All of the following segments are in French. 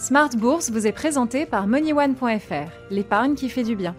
Smart Bourse vous est présenté par MoneyOne.fr, l'épargne qui fait du bien.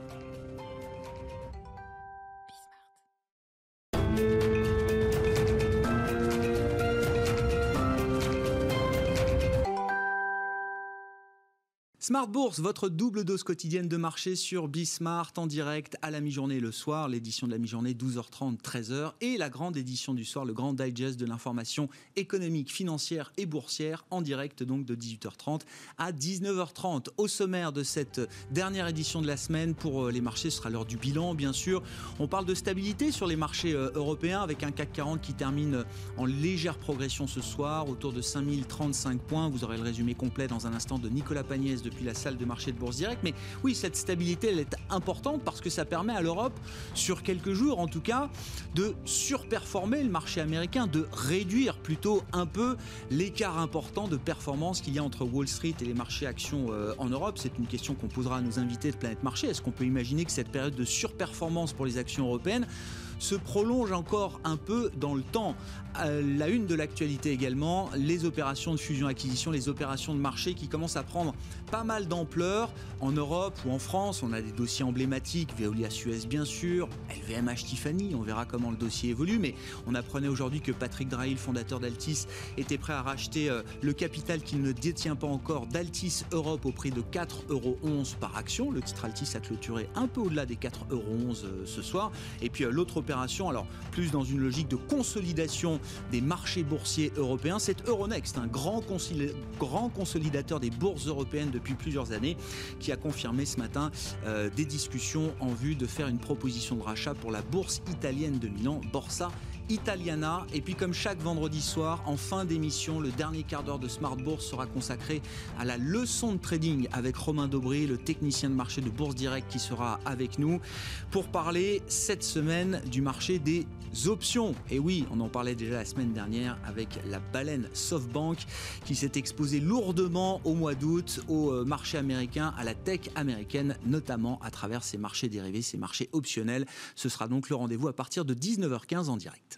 Smart Bourse, votre double dose quotidienne de marché sur Bismart en direct à la mi-journée le soir, l'édition de la mi-journée 12h30, 13h et la grande édition du soir, le grand digest de l'information économique, financière et boursière en direct donc de 18h30 à 19h30. Au sommaire de cette dernière édition de la semaine pour les marchés, ce sera l'heure du bilan bien sûr. On parle de stabilité sur les marchés européens avec un CAC 40 qui termine en légère progression ce soir autour de 5035 points. Vous aurez le résumé complet dans un instant de Nicolas Pagnès depuis la salle de marché de Bourse Direct. Mais oui, cette stabilité, elle est importante parce que ça permet à l'Europe, sur quelques jours en tout cas, de surperformer le marché américain, de réduire plutôt un peu l'écart important de performance qu'il y a entre Wall Street et les marchés actions en Europe. C'est une question qu'on posera à nos invités de Planète Marché. Est-ce qu'on peut imaginer que cette période de surperformance pour les actions européennes se prolonge encore un peu dans le temps? La une de l'actualité également, les opérations de fusion-acquisition, les opérations de marché qui commencent à prendre pas mal d'ampleur en Europe ou en France. On a des dossiers emblématiques, Veolia Suez bien sûr, LVMH Tiffany, on verra comment le dossier évolue, mais on apprenait aujourd'hui que Patrick Drahi, le fondateur d'Altis, était prêt à racheter le capital qu'il ne détient pas encore d'Altis Europe au prix de 4,11 € par action. Le titre Altis a clôturé un peu au-delà des 4,11 € ce soir. Et puis l'autre opération, alors plus dans une logique de consolidation des marchés boursiers européens, c'est Euronext, un grand consolidateur des bourses européennes depuis plusieurs années, qui a confirmé ce matin des discussions en vue de faire une proposition de rachat pour la bourse italienne de Milan, Borsa Italiana. Et puis comme chaque vendredi soir, en fin d'émission, le dernier quart d'heure de Smart Bourse sera consacré à la leçon de trading avec Romain Daubry, le technicien de marché de Bourse Direct qui sera avec nous pour parler cette semaine du marché des options. Et oui, on en parlait déjà la semaine dernière avec la baleine SoftBank qui s'est exposée lourdement au mois d'août au marché américain, à la tech américaine, notamment à travers ses marchés dérivés, ses marchés optionnels. Ce sera donc le rendez-vous à partir de 19h15 en direct.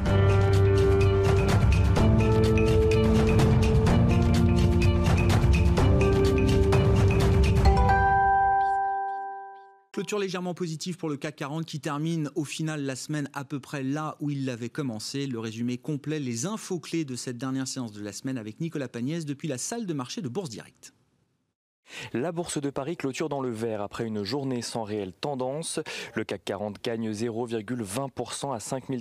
Clôture légèrement positive pour le CAC 40 qui termine au final la semaine à peu près là où il l'avait commencé. Le résumé complet, les infos clés de cette dernière séance de la semaine avec Nicolas Pagnès depuis la salle de marché de Bourse Direct. La bourse de Paris clôture dans le vert après une journée sans réelle tendance. Le CAC 40 gagne 0,20% à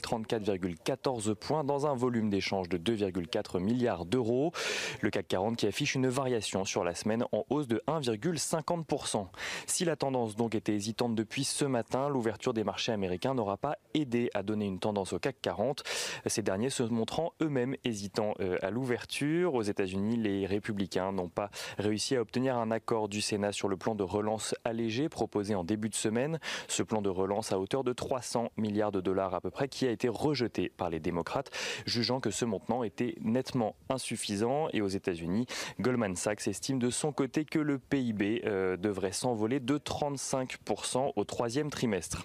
5034,14 points dans un volume d'échange de 2,4 milliards d'euros. Le CAC 40 qui affiche une variation sur la semaine en hausse de 1,50%. Si la tendance donc était hésitante depuis ce matin, l'ouverture des marchés américains n'aura pas aidé à donner une tendance au CAC 40. Ces derniers se montrant eux-mêmes hésitants à l'ouverture. Aux États-Unis, les républicains n'ont pas réussi à obtenir un accord du Sénat sur le plan de relance allégé proposé en début de semaine. Ce plan de relance à hauteur de 300 milliards de dollars à peu près qui a été rejeté par les démocrates, jugeant que ce montant était nettement insuffisant. Et aux États-Unis, Goldman Sachs estime de son côté que le PIB devrait s'envoler de 35% au troisième trimestre.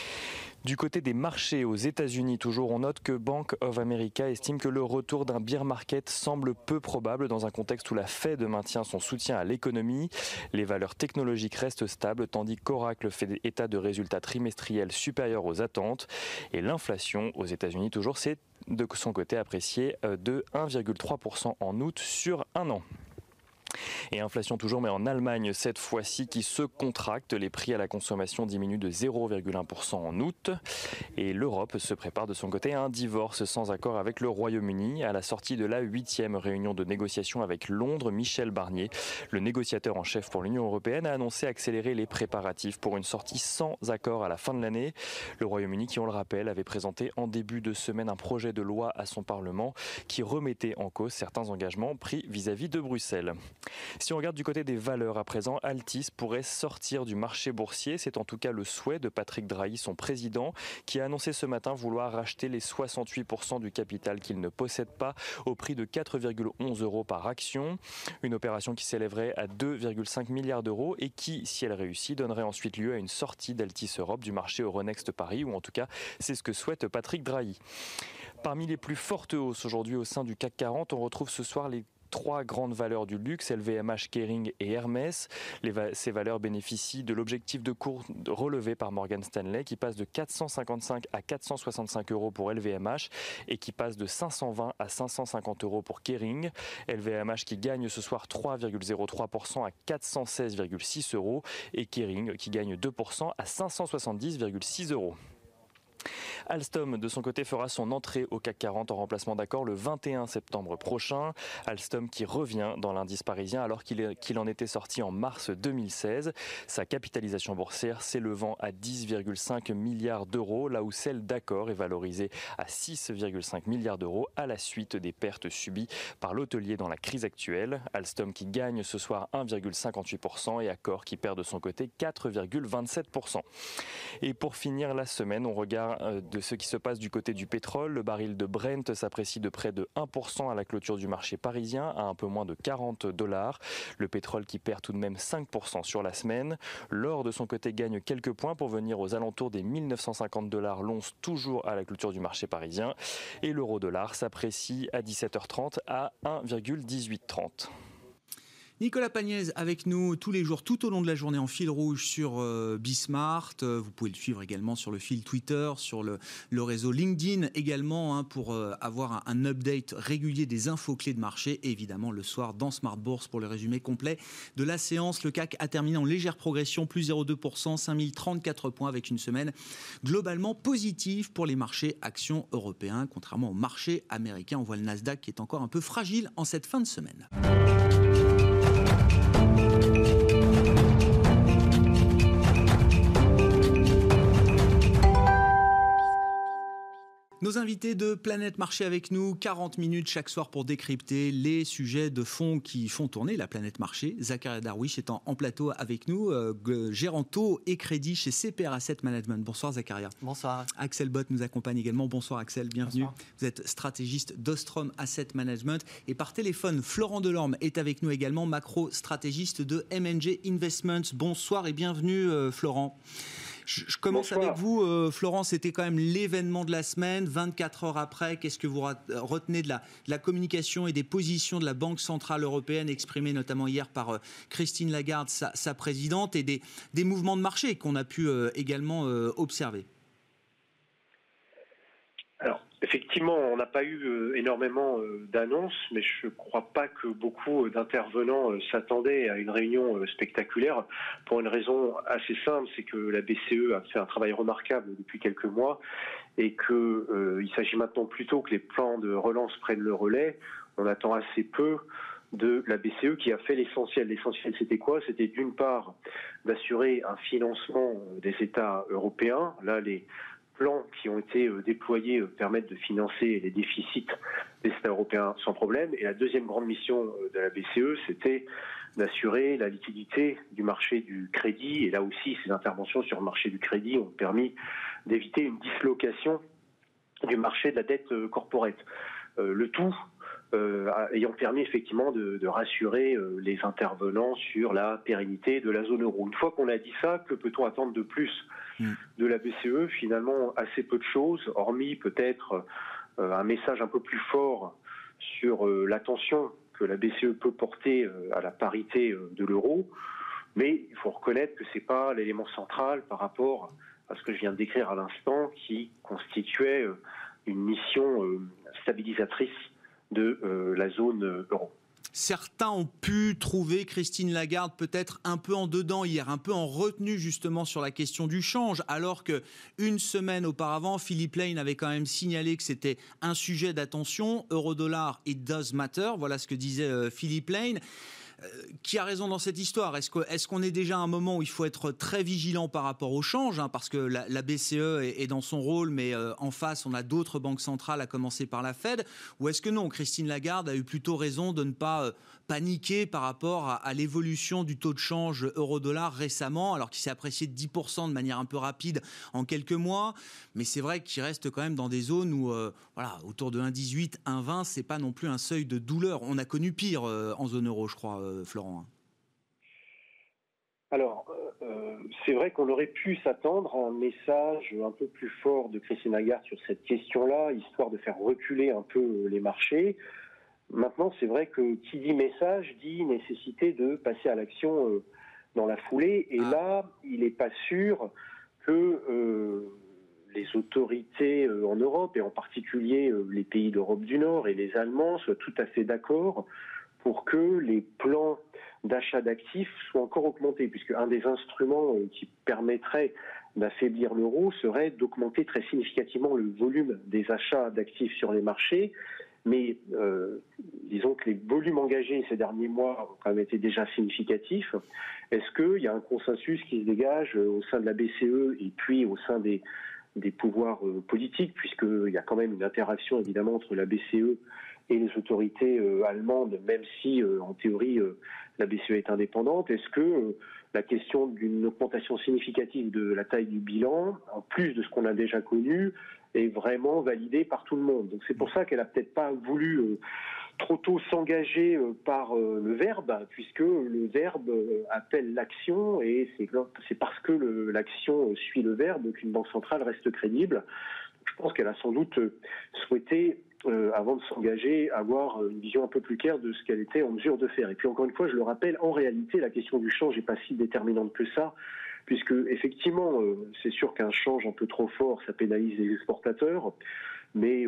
Du côté des marchés aux États-Unis, toujours, on note que Bank of America estime que le retour d'un bear market semble peu probable dans un contexte où la Fed maintient son soutien à l'économie. Les valeurs technologiques restent stables, tandis qu'Oracle fait état de résultats trimestriels supérieurs aux attentes. Et l'inflation aux États-Unis, toujours, c'est de son côté apprécié de 1,3% en août sur un an. Et inflation toujours, mais en Allemagne cette fois-ci qui se contracte. Les prix à la consommation diminuent de 0,1% en août. Et l'Europe se prépare de son côté à un divorce sans accord avec le Royaume-Uni. À la sortie de la 8e réunion de négociation avec Londres, Michel Barnier, le négociateur en chef pour l'Union européenne, a annoncé accélérer les préparatifs pour une sortie sans accord à la fin de l'année. Le Royaume-Uni, qui on le rappelle, avait présenté en début de semaine un projet de loi à son Parlement qui remettait en cause certains engagements pris vis-à-vis de Bruxelles. Si on regarde du côté des valeurs à présent, Altis pourrait sortir du marché boursier. C'est en tout cas le souhait de Patrick Drahi, son président, qui a annoncé ce matin vouloir racheter les 68% du capital qu'il ne possède pas au prix de 4,11 € par action. Une opération qui s'élèverait à 2,5 milliards d'euros et qui, si elle réussit, donnerait ensuite lieu à une sortie d'Altis Europe du marché Euronext Paris, ou en tout cas c'est ce que souhaite Patrick Drahi. Parmi les plus fortes hausses aujourd'hui au sein du CAC 40, on retrouve ce soir les 3 grandes valeurs du luxe, LVMH, Kering et Hermès. Ces valeurs bénéficient de l'objectif de cours relevé par Morgan Stanley qui passe de 455 à 465 euros pour LVMH et qui passe de 520 à 550 euros pour Kering. LVMH qui gagne ce soir 3,03% à 416,6 euros et Kering qui gagne 2% à 570,6 euros. Alstom, de son côté, fera son entrée au CAC 40 en remplacement d'Accor le 21 septembre prochain. Alstom qui revient dans l'indice parisien alors qu'il en était sorti en mars 2016. Sa capitalisation boursière s'élevant à 10,5 milliards d'euros, là où celle d'Accor est valorisée à 6,5 milliards d'euros à la suite des pertes subies par l'hôtelier dans la crise actuelle. Alstom qui gagne ce soir 1,58% et Accor qui perd de son côté 4,27%. Et pour finir la semaine, on regarde de ce qui se passe du côté du pétrole. Le baril de Brent s'apprécie de près de 1% à la clôture du marché parisien, à un peu moins de $40. Le pétrole qui perd tout de même 5% sur la semaine. L'or de son côté gagne quelques points pour venir aux alentours des $1950 l'once, toujours à la clôture du marché parisien. Et l'euro-dollar s'apprécie à 17h30 à 1,1830. Nicolas Pagnès avec nous tous les jours, tout au long de la journée en fil rouge sur Bismart. Vous pouvez le suivre également sur le fil Twitter, sur le réseau LinkedIn également pour avoir un update régulier des infos clés de marché. Et évidemment le soir dans Smart Bourse pour le résumé complet de la séance. Le CAC a terminé en légère progression, plus 0,2%, 5034 points avec une semaine globalement positive pour les marchés actions européens. Contrairement au marché américain, on voit le Nasdaq qui est encore un peu fragile en cette fin de semaine. Nos invités de Planète Marché avec nous, 40 minutes chaque soir pour décrypter les sujets de fond qui font tourner la Planète Marché. Zakaria Darwish est en plateau avec nous, gérant taux et crédit chez CPR Asset Management. Bonsoir Zakaria. Bonsoir. Axel Bott nous accompagne également. Bonsoir Axel, bienvenue. Bonsoir. Vous êtes stratégiste d'Ostrom Asset Management. Et par téléphone, Florent Delorme est avec nous également, macro-stratégiste de M&G Investments. Bonsoir et bienvenue Florent. Je commence Bonsoir. avec vous, Florent, c'était quand même l'événement de la semaine, 24 heures après, qu'est-ce que vous retenez de la communication et des positions de la Banque Centrale Européenne exprimées notamment hier par Christine Lagarde, sa présidente, et des mouvements de marché qu'on a pu également observer? Alors, effectivement, on n'a pas eu énormément d'annonces, mais je ne crois pas que beaucoup d'intervenants s'attendaient à une réunion spectaculaire pour une raison assez simple, c'est que la BCE a fait un travail remarquable depuis quelques mois et qu'il s'agit maintenant plutôt que les plans de relance prennent le relais. On attend assez peu de la BCE qui a fait l'essentiel. L'essentiel, c'était quoi? C'était d'une part d'assurer un financement des États européens. Là, les plans qui ont été déployés permettent de financer les déficits des États européens sans problème. Et la deuxième grande mission de la BCE, c'était d'assurer la liquidité du marché du crédit. Et là aussi, ces interventions sur le marché du crédit ont permis d'éviter une dislocation du marché de la dette corporate. Le tout ayant permis effectivement de rassurer les intervenants sur la pérennité de la zone euro. Une fois qu'on a dit ça, que peut-on attendre de plus de la BCE? Finalement, assez peu de choses, hormis peut-être un message un peu plus fort sur l'attention que la BCE peut porter à la parité de l'euro. Mais il faut reconnaître que ce n'est pas l'élément central par rapport à ce que je viens de décrire à l'instant, qui constituait une mission stabilisatrice de la zone euro. Certains ont pu trouver Christine Lagarde peut-être un peu en dedans hier, un peu en retenue justement sur la question du change, alors que une semaine auparavant, Philippe Lane avait quand même signalé que c'était un sujet d'attention, euro-dollar, it does matter, voilà ce que disait Philippe Lane. Qui a raison dans cette histoire? Est-ce qu'on est déjà à un moment où il faut être très vigilant par rapport au change, parce que la BCE est dans son rôle, mais en face, on a d'autres banques centrales, à commencer par la Fed, ou est-ce que non, Christine Lagarde a eu plutôt raison de ne pas paniquer par rapport à l'évolution du taux de change euro-dollar récemment, alors qu'il s'est apprécié de 10% de manière un peu rapide en quelques mois, mais c'est vrai qu'il reste quand même dans des zones où, autour de 1,18, 1,20, c'est pas non plus un seuil de douleur. On a connu pire en zone euro, je crois, Florent. Alors, c'est vrai qu'on aurait pu s'attendre à un message un peu plus fort de Christine Lagarde sur cette question-là, histoire de faire reculer un peu les marchés. Maintenant, c'est vrai que qui dit message dit nécessité de passer à l'action dans la foulée. Et là, il n'est pas sûr que les autorités en Europe, et en particulier les pays d'Europe du Nord et les Allemands, soient tout à fait d'accord pour que les plans d'achat d'actifs soient encore augmentés, puisque un des instruments qui permettrait d'affaiblir l'euro serait d'augmenter très significativement le volume des achats d'actifs sur les marchés. Mais disons que les volumes engagés ces derniers mois ont quand même été déjà significatifs. Est-ce qu'il y a un consensus qui se dégage au sein de la BCE et puis au sein des pouvoirs politiques, puisqu'il y a quand même une interaction évidemment entre la BCE et les autorités allemandes, même si en théorie la BCE est indépendante. Est-ce que la question d'une augmentation significative de la taille du bilan, en plus de ce qu'on a déjà connu, est vraiment validée par tout le monde? Donc c'est pour ça qu'elle n'a peut-être pas voulu trop tôt s'engager par le verbe, puisque le verbe appelle l'action, et c'est parce que l'action suit le verbe qu'une banque centrale reste crédible. Je pense qu'elle a sans doute souhaité, avant de s'engager, avoir une vision un peu plus claire de ce qu'elle était en mesure de faire. Et puis encore une fois, je le rappelle, en réalité, la question du change n'est pas si déterminante que ça, puisque effectivement, c'est sûr qu'un change un peu trop fort, ça pénalise les exportateurs, mais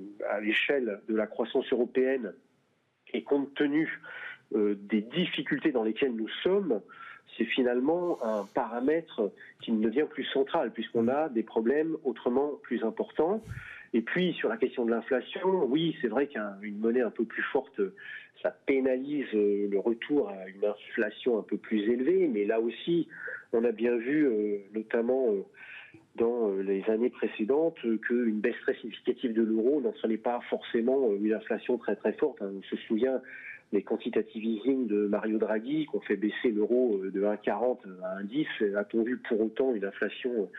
à l'échelle de la croissance européenne, et compte tenu des difficultés dans lesquelles nous sommes, c'est finalement un paramètre qui ne devient plus central, puisqu'on a des problèmes autrement plus importants. Et puis, sur la question de l'inflation, oui, c'est vrai qu'une monnaie un peu plus forte, ça pénalise le retour à une inflation un peu plus élevée, mais là aussi, on a bien vu, notamment dans les années précédentes, qu'une baisse très significative de l'euro n'entraînait pas forcément une inflation très très forte. On se souvient des quantitative easing de Mario Draghi qui ont fait baisser l'euro de 1,40 à 1,10. A-t-on vu pour autant une inflation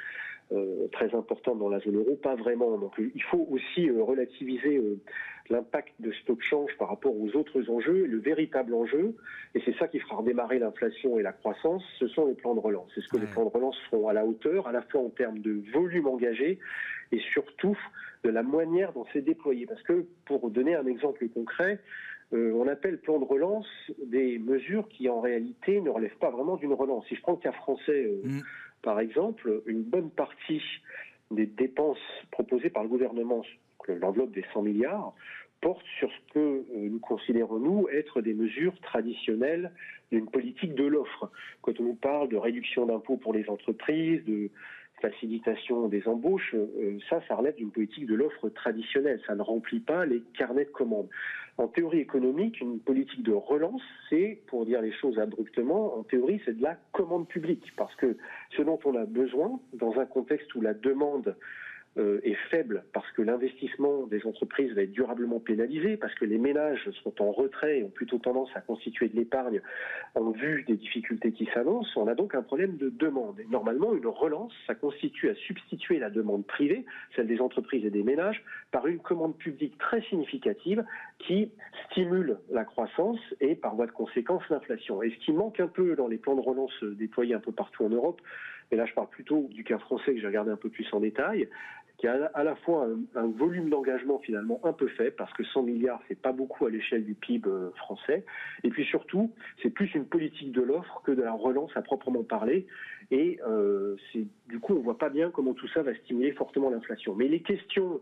très importante dans la zone euro? Pas vraiment. Donc il faut aussi relativiser l'impact de ce taux de change par rapport aux autres enjeux. Le véritable enjeu, et c'est ça qui fera redémarrer l'inflation et la croissance, ce sont les plans de relance. Est-ce que les plans de relance seront à la hauteur, à la fois en termes de volume engagé et surtout de la manière dont c'est déployé? Parce que, pour donner un exemple concret, on appelle plan de relance des mesures qui en réalité ne relèvent pas vraiment d'une relance. Si je prends le cas français, par exemple, une bonne partie des dépenses proposées par le gouvernement, l'enveloppe des 100 milliards, porte sur ce que nous considérons, nous, être des mesures traditionnelles d'une politique de l'offre. Quand on nous parle de réduction d'impôts pour les entreprises, de facilitation des embauches, ça relève d'une politique de l'offre traditionnelle. Ça ne remplit pas les carnets de commandes. En théorie économique, une politique de relance, c'est, pour dire les choses abruptement, en théorie, c'est de la commande publique. Parce que ce dont on a besoin, dans un contexte où la demande est faible, parce que l'investissement des entreprises va être durablement pénalisé, parce que les ménages sont en retrait et ont plutôt tendance à constituer de l'épargne en vue des difficultés qui s'annoncent, on a donc un problème de demande. Et normalement, une relance, ça constitue à substituer la demande privée, celle des entreprises et des ménages, par une commande publique très significative qui stimule la croissance et, par voie de conséquence, l'inflation. Et ce qui manque un peu dans les plans de relance déployés un peu partout en Europe, et là je parle plutôt du cas français que j'ai regardé un peu plus en détail, qui a à la fois un volume d'engagement finalement un peu faible, parce que 100 milliards, c'est pas beaucoup à l'échelle du PIB français, et puis surtout, c'est plus une politique de l'offre que de la relance à proprement parler, et du coup, on voit pas bien comment tout ça va stimuler fortement l'inflation. Mais les questions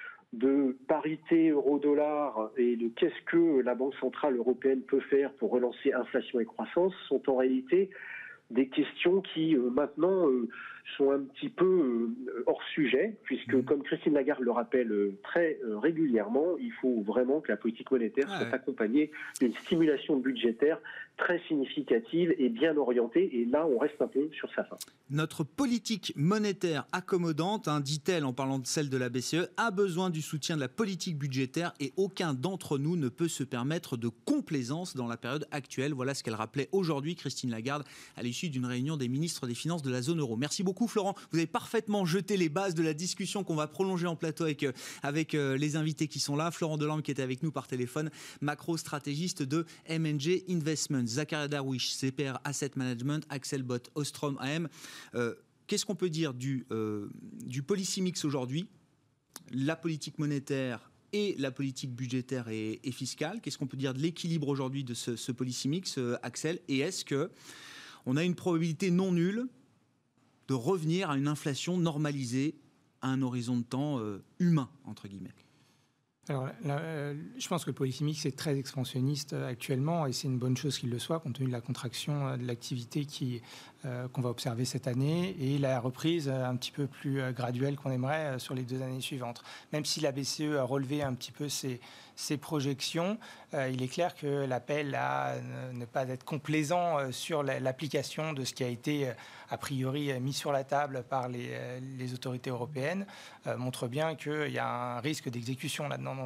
de parité euro-dollar et de qu'est-ce que la Banque Centrale Européenne peut faire pour relancer inflation et croissance sont en réalité des questions qui maintenant sont un petit peu hors sujet, puisque comme Christine Lagarde le rappelle très régulièrement, il faut vraiment que la politique monétaire soit accompagnée d'une stimulation budgétaire très significative et bien orientée, et là on reste un peu sur sa fin. Notre politique monétaire accommodante, dit-elle en parlant de celle de la BCE, a besoin du soutien de la politique budgétaire, et aucun d'entre nous ne peut se permettre de complaisance dans la période actuelle. Voilà ce qu'elle rappelait aujourd'hui, Christine Lagarde, à l'issue d'une réunion des ministres des Finances de la zone euro. Merci beaucoup Florent, vous avez parfaitement jeté les bases de la discussion qu'on va prolonger en plateau avec les invités qui sont là. Florent Delorme qui était avec nous par téléphone, macro-stratégiste de M&G Investments, Zakaria Darwish, CPR Asset Management, Axel Bott, Ostrom AM. Qu'est-ce qu'on peut dire du policy mix aujourd'hui? La politique monétaire et la politique budgétaire et fiscale. Qu'est-ce qu'on peut dire de l'équilibre aujourd'hui de ce policy mix, Axel? Et est-ce qu'on a une probabilité non nulle de revenir à une inflation normalisée à un horizon de temps humain, entre guillemets? Alors, je pense que le policy mix est très expansionniste actuellement et c'est une bonne chose qu'il le soit compte tenu de la contraction de l'activité qu'on va observer cette année et la reprise un petit peu plus graduelle qu'on aimerait sur les 2 années suivantes. Même si la BCE a relevé un petit peu ses projections, il est clair que l'appel à ne pas être complaisant sur l'application de ce qui a été a priori mis sur la table par les autorités européennes montre bien qu'il y a un risque d'exécution là-dedans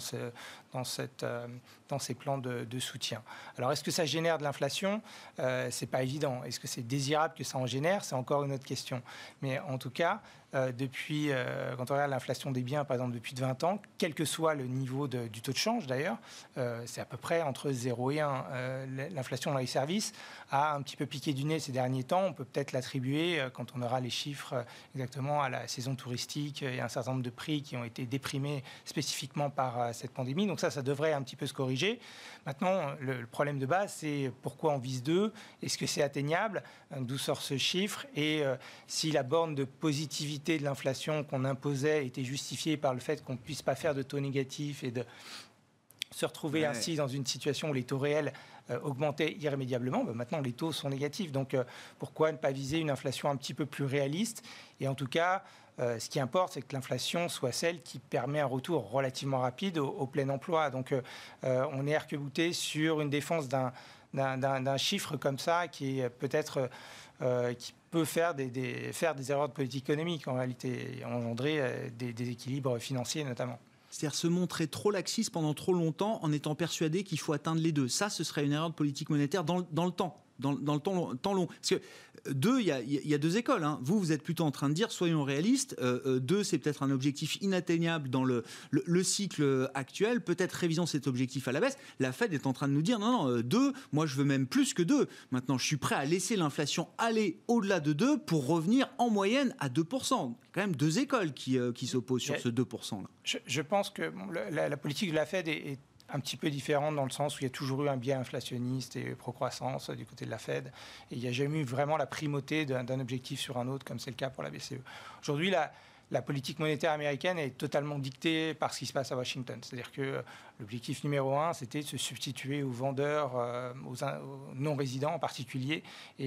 dans ces plans de soutien. Alors, est-ce que ça génère de l'inflation? C'est pas évident. Est-ce que c'est désirable que ça en génère? C'est encore une autre question. Mais en tout cas, depuis, quand on regarde l'inflation des biens, par exemple, depuis 20 ans, quel que soit le niveau du taux de change d'ailleurs, c'est à peu près entre 0 et 1. L'inflation dans les services a un petit peu piqué du nez ces derniers temps. On peut peut-être l'attribuer, quand on aura les chiffres exactement, à la saison touristique et un certain nombre de prix qui ont été déprimés spécifiquement par cette pandémie. Donc ça devrait un petit peu se corriger. Maintenant, le problème de base, c'est pourquoi on vise 2? Est-ce que c'est atteignable? D'où sort ce chiffre? Et si la borne de positivité de l'inflation qu'on imposait était justifiée par le fait qu'on ne puisse pas faire de taux négatifs et de se retrouver ainsi dans une situation où les taux réels augmentaient irrémédiablement, maintenant les taux sont négatifs. Donc pourquoi ne pas viser une inflation un petit peu plus réaliste? Et en tout cas, ce qui importe, c'est que l'inflation soit celle qui permet un retour relativement rapide au plein emploi. Donc on est arc-bouté sur une défense d'un chiffre comme ça qui est peut-être qui peut faire des erreurs de politique économique en réalité, et engendrer des déséquilibres financiers notamment. C'est-à-dire se montrer trop laxiste pendant trop longtemps en étant persuadé qu'il faut atteindre les 2. Ça, ce serait une erreur de politique monétaire dans le temps. Dans le temps long. Parce que 2, il y a 2 écoles. Hein. Vous êtes plutôt en train de dire, soyons réalistes, 2, c'est peut-être un objectif inatteignable dans le cycle actuel. Peut-être révisons cet objectif à la baisse. La Fed est en train de nous dire, non, 2, moi je veux même plus que 2. Maintenant, je suis prêt à laisser l'inflation aller au-delà de 2 pour revenir en moyenne à 2%. Quand même 2 écoles qui s'opposent sur ce 2%-là. Je pense que la politique de la Fed est un petit peu différente dans le sens où il y a toujours eu un biais inflationniste et pro-croissance du côté de la Fed. Et il n'y a jamais eu vraiment la primauté d'un objectif sur un autre, comme c'est le cas pour la BCE. Aujourd'hui, la politique monétaire américaine est totalement dictée par ce qui se passe à Washington. C'est-à-dire que l'objectif numéro 1, c'était de se substituer aux vendeurs, aux non-résidents en particulier. Et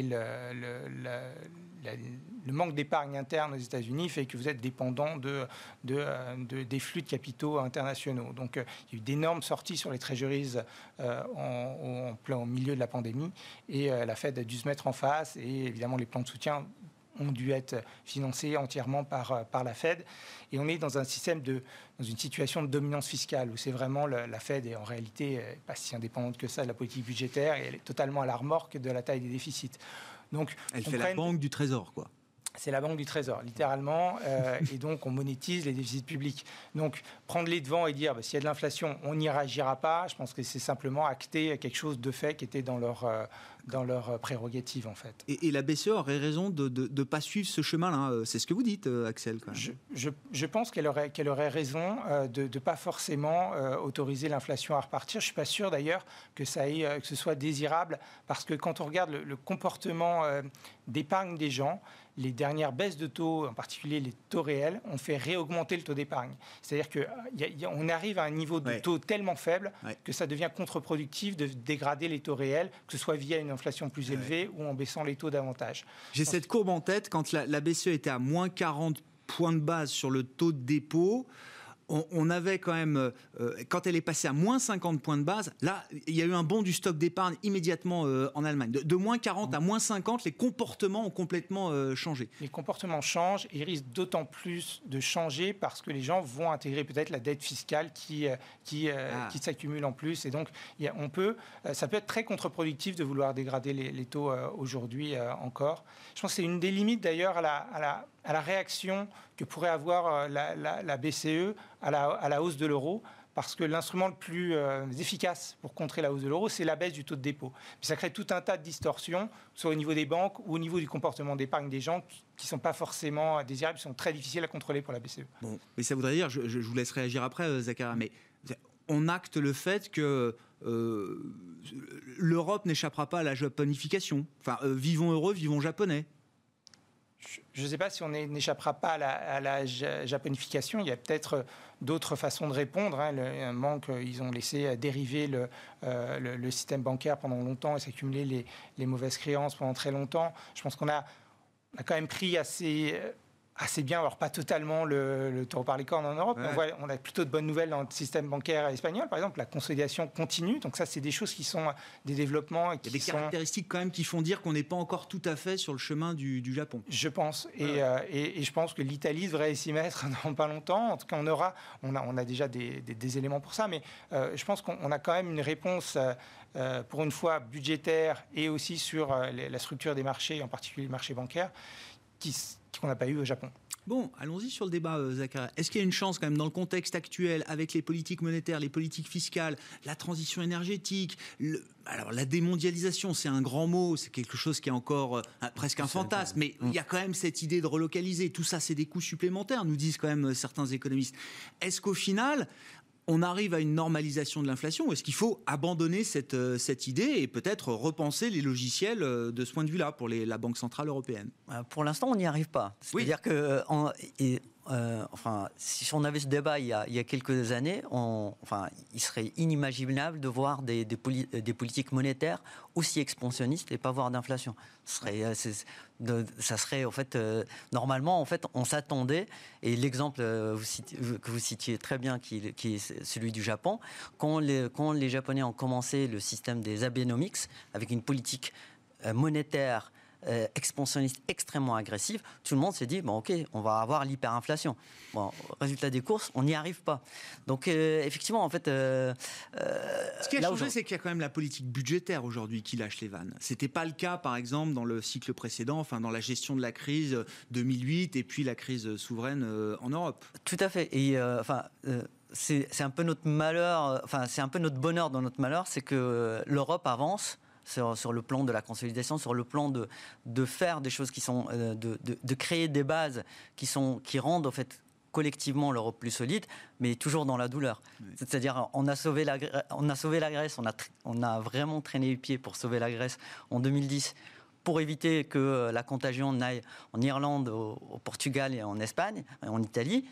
le manque d'épargne interne aux États-Unis fait que vous êtes dépendant des flux de capitaux internationaux. Donc, il y a eu d'énormes sorties sur les treasuries au milieu de la pandémie. Et la Fed a dû se mettre en face. Et évidemment, les plans de soutien ont dû être financés entièrement par la Fed. Et on est dans une situation de dominance fiscale où c'est vraiment la Fed est en réalité pas si indépendante que ça de la politique budgétaire et elle est totalement à la remorque de la taille des déficits. Donc, elle fait la banque du trésor, quoi. C'est la banque du trésor, littéralement, et donc on monétise les déficits publics. Donc prendre les devants et dire s'il y a de l'inflation, on n'y réagira pas, je pense que c'est simplement acter quelque chose de fait qui était dans leur prérogative, en fait. Et la BCE aurait raison de ne pas suivre ce chemin-là, c'est ce que vous dites, Axel, quand même. Je pense qu'elle aurait raison de ne pas forcément autoriser l'inflation à repartir. Je ne suis pas sûr d'ailleurs que ce soit désirable, parce que quand on regarde le comportement d'épargne des gens, les dernières baisses de taux, en particulier les taux réels, ont fait réaugmenter le taux d'épargne. C'est-à-dire qu'on arrive à un niveau de taux tellement faible que ça devient contre-productif de dégrader les taux réels, que ce soit via une inflation plus élevée ou en baissant les taux davantage. J'ai cette courbe en tête, quand la BCE était à moins 40 points de base sur le taux de dépôt, on avait quand même, quand elle est passée à moins 50 points de base, là, il y a eu un bond du stock d'épargne immédiatement en Allemagne. De moins 40 à moins 50, les comportements ont complètement changé. Les comportements changent et ils risquent d'autant plus de changer parce que les gens vont intégrer peut-être la dette fiscale qui s'accumule en plus. Et donc, ça peut être très contre-productif de vouloir dégrader les taux aujourd'hui encore. Je pense que c'est une des limites d'ailleurs à la réaction que pourrait avoir la BCE à la hausse de l'euro, parce que l'instrument le plus efficace pour contrer la hausse de l'euro, c'est la baisse du taux de dépôt. Puis ça crée tout un tas de distorsions, soit au niveau des banques ou au niveau du comportement d'épargne des gens qui ne sont pas forcément désirables, qui sont très difficiles à contrôler pour la BCE. Bon, mais ça voudrait dire, je vous laisse réagir après, Zakaria, mais on acte le fait que l'Europe n'échappera pas à la japonification. Enfin, vivons heureux, vivons japonais. Je ne sais pas si on n'échappera pas à la japonification. Il y a peut-être d'autres façons de répondre. Un manque, ils ont laissé dériver le système bancaire pendant longtemps et s'accumuler les mauvaises créances pendant très longtemps. Je pense qu'on a quand même pris assez bien, alors pas totalement le taureau par les cornes en Europe. Ouais. On a plutôt de bonnes nouvelles dans le système bancaire espagnol, par exemple. La consolidation continue. Donc ça, c'est des choses qui sont des développements. Il y a des caractéristiques quand même qui font dire qu'on n'est pas encore tout à fait sur le chemin du Japon. Je pense. Et je pense que l'Italie devrait s'y mettre dans pas longtemps. En tout cas, on a déjà des éléments pour ça. Mais je pense qu'on a quand même une réponse pour une fois budgétaire et aussi sur la structure des marchés, en particulier les marchés bancaires, qu'on n'a pas eu au Japon. Bon, allons-y sur le débat, Zakaria. Est-ce qu'il y a une chance quand même dans le contexte actuel, avec les politiques monétaires, les politiques fiscales, la transition énergétique, alors la démondialisation, c'est un grand mot, c'est quelque chose qui est encore presque un fantasme, mais il y a quand même cette idée de relocaliser. Tout ça, c'est des coûts supplémentaires, nous disent quand même certains économistes. Est-ce qu'au final, on arrive à une normalisation de l'inflation, ou est-ce qu'il faut abandonner cette idée et peut-être repenser les logiciels de ce point de vue-là pour la Banque Centrale Européenne ? Pour l'instant, on n'y arrive pas. C'est-à-dire que si on avait ce débat il y a quelques années, il serait inimaginable de voir des politiques monétaires aussi expansionnistes et pas voir d'inflation. Ça serait en fait normalement en fait on s'attendait, et l'exemple que vous citiez très bien qui est celui du Japon, quand les Japonais ont commencé le système des Abenomics avec une politique monétaire expansionniste extrêmement agressive, tout le monde s'est dit bon ok, on va avoir l'hyperinflation. Bon, résultat des courses, on n'y arrive pas. Donc effectivement en fait ce qui a changé, c'est qu'il y a quand même la politique budgétaire aujourd'hui qui lâche les vannes. C'était pas le cas par exemple dans le cycle précédent, enfin dans la gestion de la crise 2008 et puis la crise souveraine en Europe. Tout à fait. Et c'est un peu notre malheur, c'est un peu notre bonheur dans notre malheur, c'est que l'Europe avance sur le plan de la consolidation, sur le plan de faire des choses qui sont de créer des bases qui rendent en fait collectivement l'Europe plus solide, mais toujours dans la douleur. Oui. C'est-à-dire on a sauvé la Grèce, on a vraiment traîné les pieds pour sauver la Grèce en 2010 pour éviter que la contagion n'aille en Irlande, au Portugal et en Espagne, en Italie.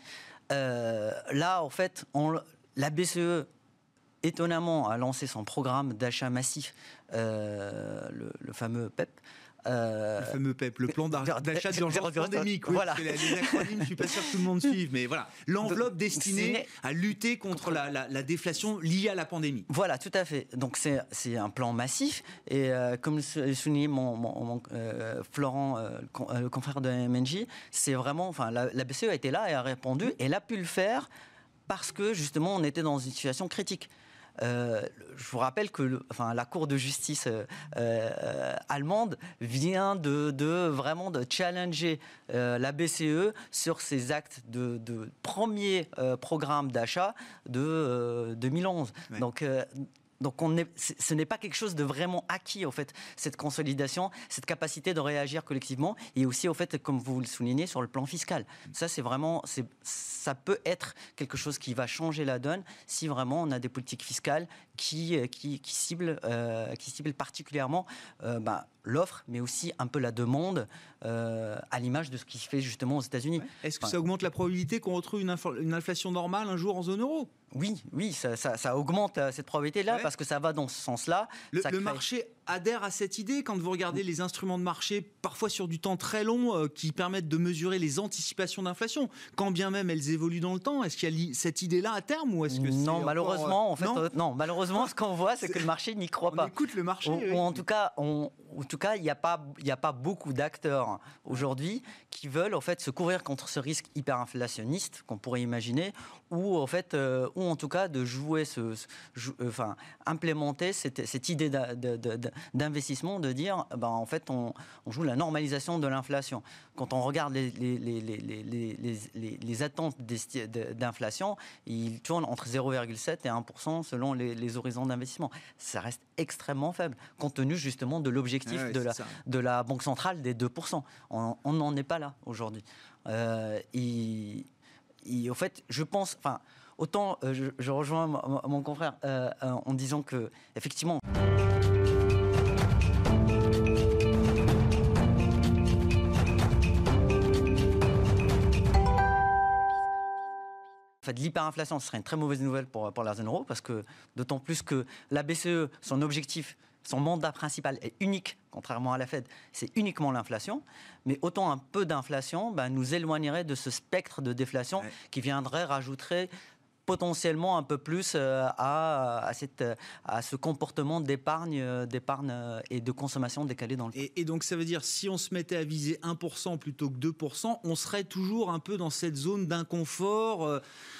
Là en fait la BCE étonnamment a lancé son programme d'achat massif, le fameux PEP. Le fameux PEP, le plan d'achat d'urgence pandémique. Oui, voilà. Les acronymes, je ne suis pas sûr que tout le monde suive, mais voilà. L'enveloppe destinée à lutter contre la déflation liée à la pandémie. Voilà, tout à fait. Donc c'est un plan massif. Et comme le soulignait mon Florent, le confrère de MNJ, c'est vraiment, la BCE a été là et a répondu. Et elle a pu le faire parce que justement on était dans une situation critique. Je vous rappelle que la Cour de justice allemande vient vraiment de challenger la BCE sur ses actes de premier programme d'achat de 2011. Ouais. Donc ce n'est pas quelque chose de vraiment acquis, en fait, cette consolidation, cette capacité de réagir collectivement, et aussi, au fait, comme vous le soulignez, sur le plan fiscal. Ça, ça peut être quelque chose qui va changer la donne si vraiment on a des politiques fiscales qui ciblent particulièrement l'offre, mais aussi un peu la demande, à l'image de ce qui se fait justement aux États-Unis. Ouais. Est-ce que ça augmente la probabilité qu'on retrouve une inflation normale un jour en zone euro ? Oui, ça augmente cette probabilité-là, parce que ça va dans ce sens-là. Le marché adhère à cette idée quand vous regardez les instruments de marché, parfois sur du temps très long, qui permettent de mesurer les anticipations d'inflation, quand bien même elles évoluent dans le temps. Est-ce qu'il y a cette idée-là à terme, ou est-ce que non, malheureusement, malheureusement, ce qu'on voit, c'est que le marché n'y croit pas. On écoute le marché. Ou en tout cas, on en tout cas, il n'y a pas beaucoup d'acteurs aujourd'hui qui veulent en fait se couvrir contre ce risque hyperinflationniste qu'on pourrait imaginer, ou en fait, ou en tout cas de jouer, implémenter cette idée d'investissement, de dire, en fait, on joue la normalisation de l'inflation. Quand on regarde les attentes d'inflation, ils tournent entre 0,7 et 1% selon les horizons d'investissement. Ça reste extrêmement faible, compte tenu justement de l'objectif de la Banque centrale des 2%. On n'en est pas là aujourd'hui. Au fait, je pense... Autant je rejoins mon confrère en disant que, effectivement... En fait, l'hyperinflation, ce serait une très mauvaise nouvelle pour la zone euro, parce que d'autant plus que la BCE, son objectif, son mandat principal est unique, contrairement à la Fed, c'est uniquement l'inflation. Mais autant un peu d'inflation nous éloignerait de ce spectre de déflation qui viendrait rajouter potentiellement un peu plus à ce comportement d'épargne et de consommation décalée dans le temps. Et donc ça veut dire, si on se mettait à viser 1% plutôt que 2%, on serait toujours un peu dans cette zone d'inconfort,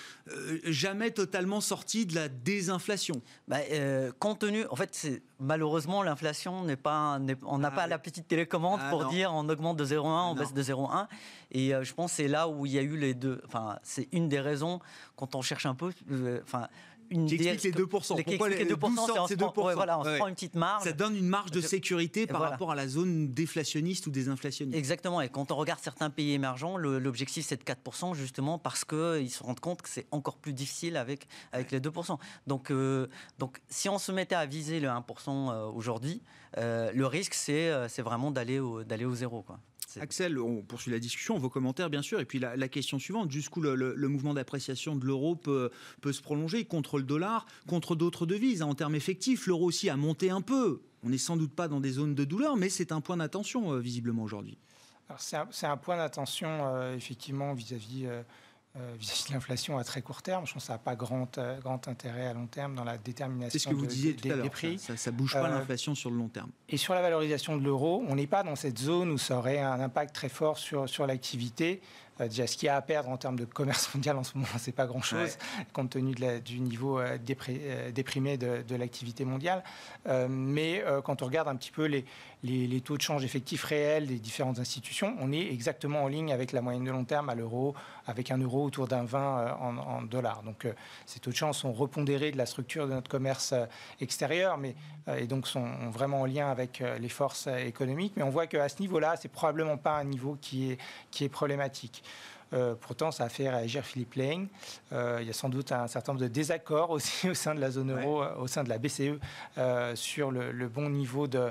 jamais totalement sorti de la désinflation. Compte tenu, en fait, malheureusement, l'inflation on n'a pas la petite télécommande pour dire on augmente de 0,1, on baisse de 0,1. Et je pense que c'est là où il y a eu les deux. C'est une des raisons, quand on cherche un peu... Qui explique les 2%. Pourquoi les 2%, c'est 2%. On se prend une petite marge. Ça donne une marge de sécurité par rapport à la zone déflationniste ou désinflationniste. Exactement. Et quand on regarde certains pays émergents, l'objectif, c'est de 4%, justement, parce qu'ils se rendent compte que c'est encore plus difficile avec les 2%. Donc, si on se mettait à viser le 1% aujourd'hui, le risque, c'est vraiment d'aller au zéro, quoi. Axel, on poursuit la discussion, vos commentaires bien sûr, et puis la question suivante, jusqu'où le mouvement d'appréciation de l'euro peut se prolonger contre le dollar, contre d'autres devises. En termes effectifs, l'euro aussi a monté un peu. On n'est sans doute pas dans des zones de douleur, mais c'est un point d'attention visiblement aujourd'hui. Alors c'est un point d'attention effectivement vis-à-vis de l'inflation à très court terme. Je pense que ça n'a pas grand intérêt à long terme dans la détermination c'est ce que vous disiez tout à l'heure, des prix. Ça ne bouge pas l'inflation sur le long terme. Et sur la valorisation de l'euro, on n'est pas dans cette zone où ça aurait un impact très fort sur l'activité. Déjà, ce qu'il y a à perdre en termes de commerce mondial en ce moment, c'est pas grand-chose, compte tenu du niveau déprimé de l'activité mondiale. Mais quand on regarde un petit peu les taux de change effectifs réels des différentes institutions, on est exactement en ligne avec la moyenne de long terme à l'euro, avec un euro autour d'un 20 en dollars. Donc, ces taux de change sont repondérés de la structure de notre commerce extérieur, et donc sont vraiment en lien avec les forces économiques. Mais on voit qu'à ce niveau-là, c'est probablement pas un niveau qui est problématique. Pourtant, ça a fait réagir Philippe Lane. Il y a sans doute un certain nombre de désaccords aussi au sein de la zone euro, au sein de la BCE, sur le bon niveau de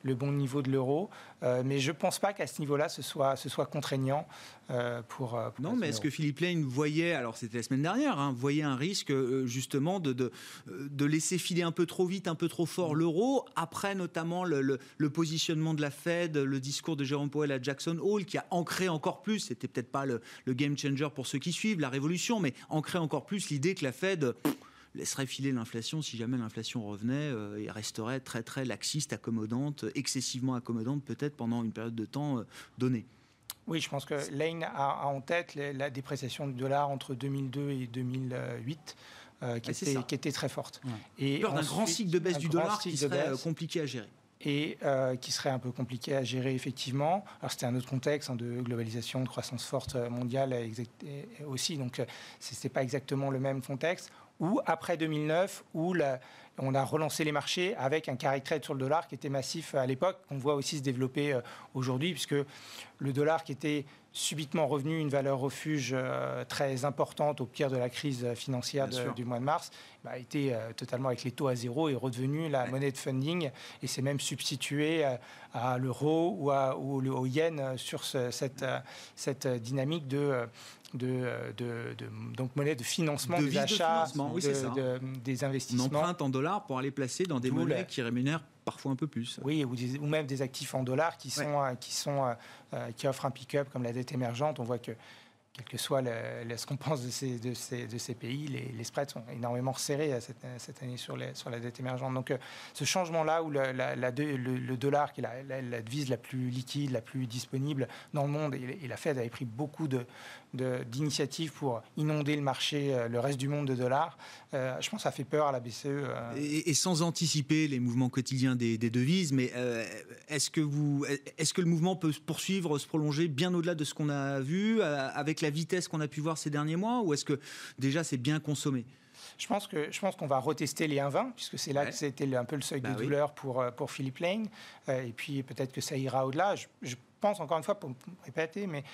l'euro. Mais je ne pense pas qu'à ce niveau-là, ce soit contraignant pour non, mais est-ce que Philippe Lane voyait, alors c'était la semaine dernière, voyait un risque justement de laisser filer un peu trop vite, un peu trop fort l'euro, après notamment le positionnement de la Fed, le discours de Jérôme Powell à Jackson Hole, qui a ancré encore plus, c'était peut-être pas le game changer pour ceux qui suivent la révolution, mais ancré encore plus l'idée que la Fed laisserait filer l'inflation si jamais l'inflation revenait et resterait très très laxiste, accommodante, excessivement accommodante peut-être pendant une période de temps donnée. Oui, je pense que Lane a en tête la dépréciation du dollar entre 2002 et 2008. Qui était très forte. Et peur d'un grand cycle de baisse du dollar qui serait compliqué à gérer. Et qui serait un peu compliqué à gérer effectivement. Alors c'était un autre contexte de globalisation, de croissance forte mondiale aussi, donc c'est pas exactement le même contexte. Ou après 2009, où on a relancé les marchés avec un carry trade sur le dollar qui était massif à l'époque, qu'on voit aussi se développer aujourd'hui, puisque le dollar qui était subitement revenu une valeur refuge très importante au pire de la crise financière du mois de mars, était totalement avec les taux à zéro et redevenu la monnaie de funding et s'est même substitué à l'euro ou au yen sur cette dynamique donc monnaie de financement des achats, des investissements. On emprunte en dollars pour aller placer dans des monnaies qui rémunèrent parfois un peu plus. Oui, ou même des actifs en dollars qui offrent un pick-up comme la dette émergente. On voit que quel que soit ce qu'on pense de ces pays, les spreads sont énormément resserrés cette année sur la dette émergente. Donc ce changement-là où le dollar, qui est la devise la plus liquide, la plus disponible dans le monde, et la Fed avait pris beaucoup d'initiatives pour inonder le marché, le reste du monde de dollars, je pense que ça fait peur à la BCE. Et sans anticiper les mouvements quotidiens des devises, mais est-ce que le mouvement peut se poursuivre, se prolonger bien au-delà de ce qu'on a vu, avec la vitesse qu'on a pu voir ces derniers mois, ou est-ce que déjà c'est bien consommé ? Je pense qu'on va retester les 1,20, puisque c'est là que c'était un peu le seuil de douleur pour Philippe Lane. Et puis peut-être que ça ira au-delà. Je pense, encore une fois, pour me répéter, mais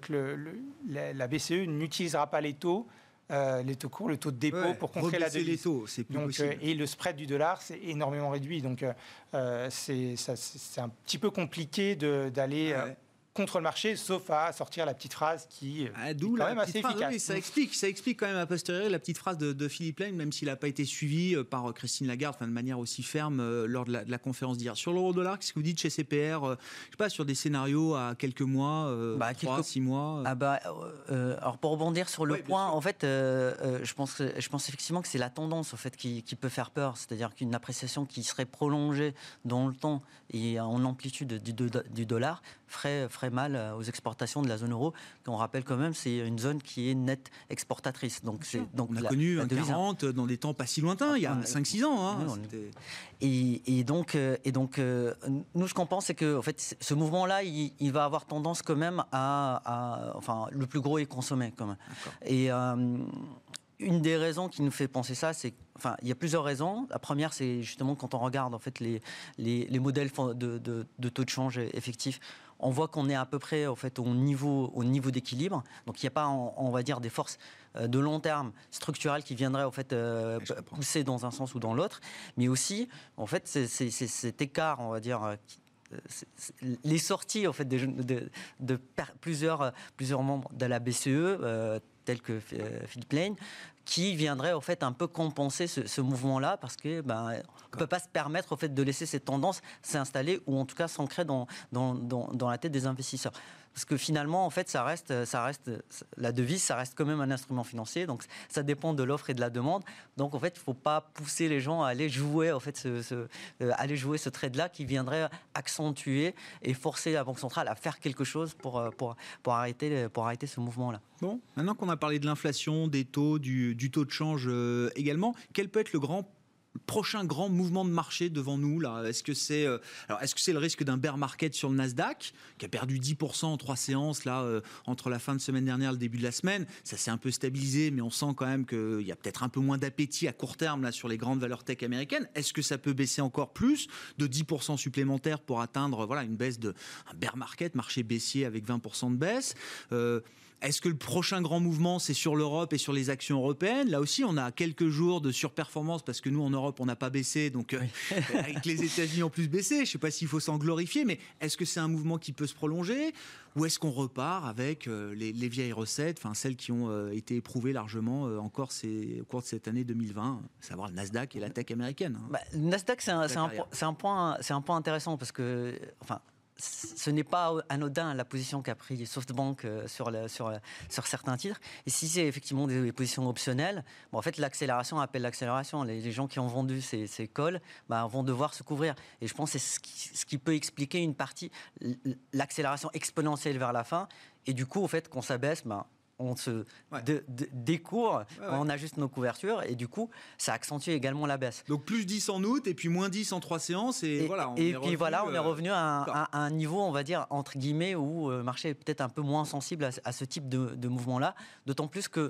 la BCE n'utilisera pas les taux courts, le taux de dépôt pour contrer la devise. Les taux, c'est plus possible. Et le spread du dollar, c'est énormément réduit. Donc c'est un petit peu compliqué d'aller... contre le marché, sauf à sortir la petite phrase qui est quand même assez efficace. Oui, ça explique quand même a posteriori la petite phrase de Philippe Lane, même s'il n'a pas été suivi par Christine Lagarde, de manière aussi ferme lors de la conférence d'hier. Sur l'euro-dollar, qu'est-ce que vous dites chez CPR je sais pas, sur des scénarios à quelques mois, 3, 6 mois Alors pour rebondir sur le point, sûr. en fait, je pense effectivement que c'est la tendance en fait, qui peut faire peur, c'est-à-dire qu'une appréciation qui serait prolongée dans le temps et en amplitude du dollar ferait mal aux exportations de la zone euro, qu'on rappelle quand même, c'est une zone qui est nette exportatrice. Donc on a connu un 40 dans des temps pas si lointains, il y a 5-6 ans. Et donc, nous, ce qu'on pense, c'est que en fait, ce mouvement-là, il va avoir tendance quand même enfin, le plus gros est consommé quand même. Et une des raisons qui nous fait penser ça, c'est il y a plusieurs raisons. La première, c'est justement quand on regarde en fait les modèles de taux de change effectifs, on voit qu'on est à peu près en fait, au niveau d'équilibre. Donc il n'y a pas, on va dire, des forces de long terme structurelles qui viendraient en fait, pousser dans un sens ou dans l'autre. Mais aussi, en fait, c'est cet écart, on va dire, les sorties en fait, de plusieurs membres de la BCE, tels que Philippe Lane, qui viendrait en fait un peu compenser ce mouvement-là, parce que on peut pas se permettre en fait de laisser cette tendance s'installer, ou en tout cas s'ancrer dans la tête des investisseurs. Parce que finalement, en fait, ça reste la devise, ça reste quand même un instrument financier. Donc, ça dépend de l'offre et de la demande. Donc, en fait, il ne faut pas pousser les gens à aller jouer, en fait, aller jouer ce trade-là qui viendrait accentuer et forcer la Banque centrale à faire quelque chose pour arrêter ce mouvement-là. Bon, maintenant qu'on a parlé de l'inflation, des taux, du taux de change également, quel peut être le prochain grand mouvement de marché devant nous là ? Est-ce que c'est le risque d'un bear market sur le Nasdaq qui a perdu 10% en 3 séances là entre la fin de semaine dernière et le début de la semaine ? Ça s'est un peu stabilisé, mais on sent quand même qu'il y a peut-être un peu moins d'appétit à court terme là sur les grandes valeurs tech américaines. Est-ce que ça peut baisser encore plus de 10% supplémentaires pour atteindre un bear market, marché baissier avec 20% de baisse ? Est-ce que le prochain grand mouvement, c'est sur l'Europe et sur les actions européennes ? Là aussi, on a quelques jours de surperformance parce que nous, en Europe, on n'a pas baissé. Donc, avec les États-Unis en plus baissé, je ne sais pas s'il faut s'en glorifier, mais est-ce que c'est un mouvement qui peut se prolonger ? Ou est-ce qu'on repart avec les vieilles recettes, celles qui ont été éprouvées largement au cours de cette année 2020, à savoir le Nasdaq et la tech américaine ? Le Nasdaq, c'est un point intéressant parce que... ce n'est pas anodin la position qu'a pris SoftBank sur certains titres. Et si c'est effectivement des positions optionnelles, en fait, l'accélération appelle l'accélération. Les gens qui ont vendu ces calls vont devoir se couvrir. Et je pense que c'est ce qui peut expliquer une partie, l'accélération exponentielle vers la fin. Et du coup, au fait, qu'on s'abaisse, on se découvre, on ajuste nos couvertures et du coup, ça accentue également la baisse. Donc plus 10 en août et puis moins 10 en 3 séances on est revenu à un niveau, on va dire, entre guillemets, où le marché est peut-être un peu moins sensible à ce type de mouvement-là. D'autant plus que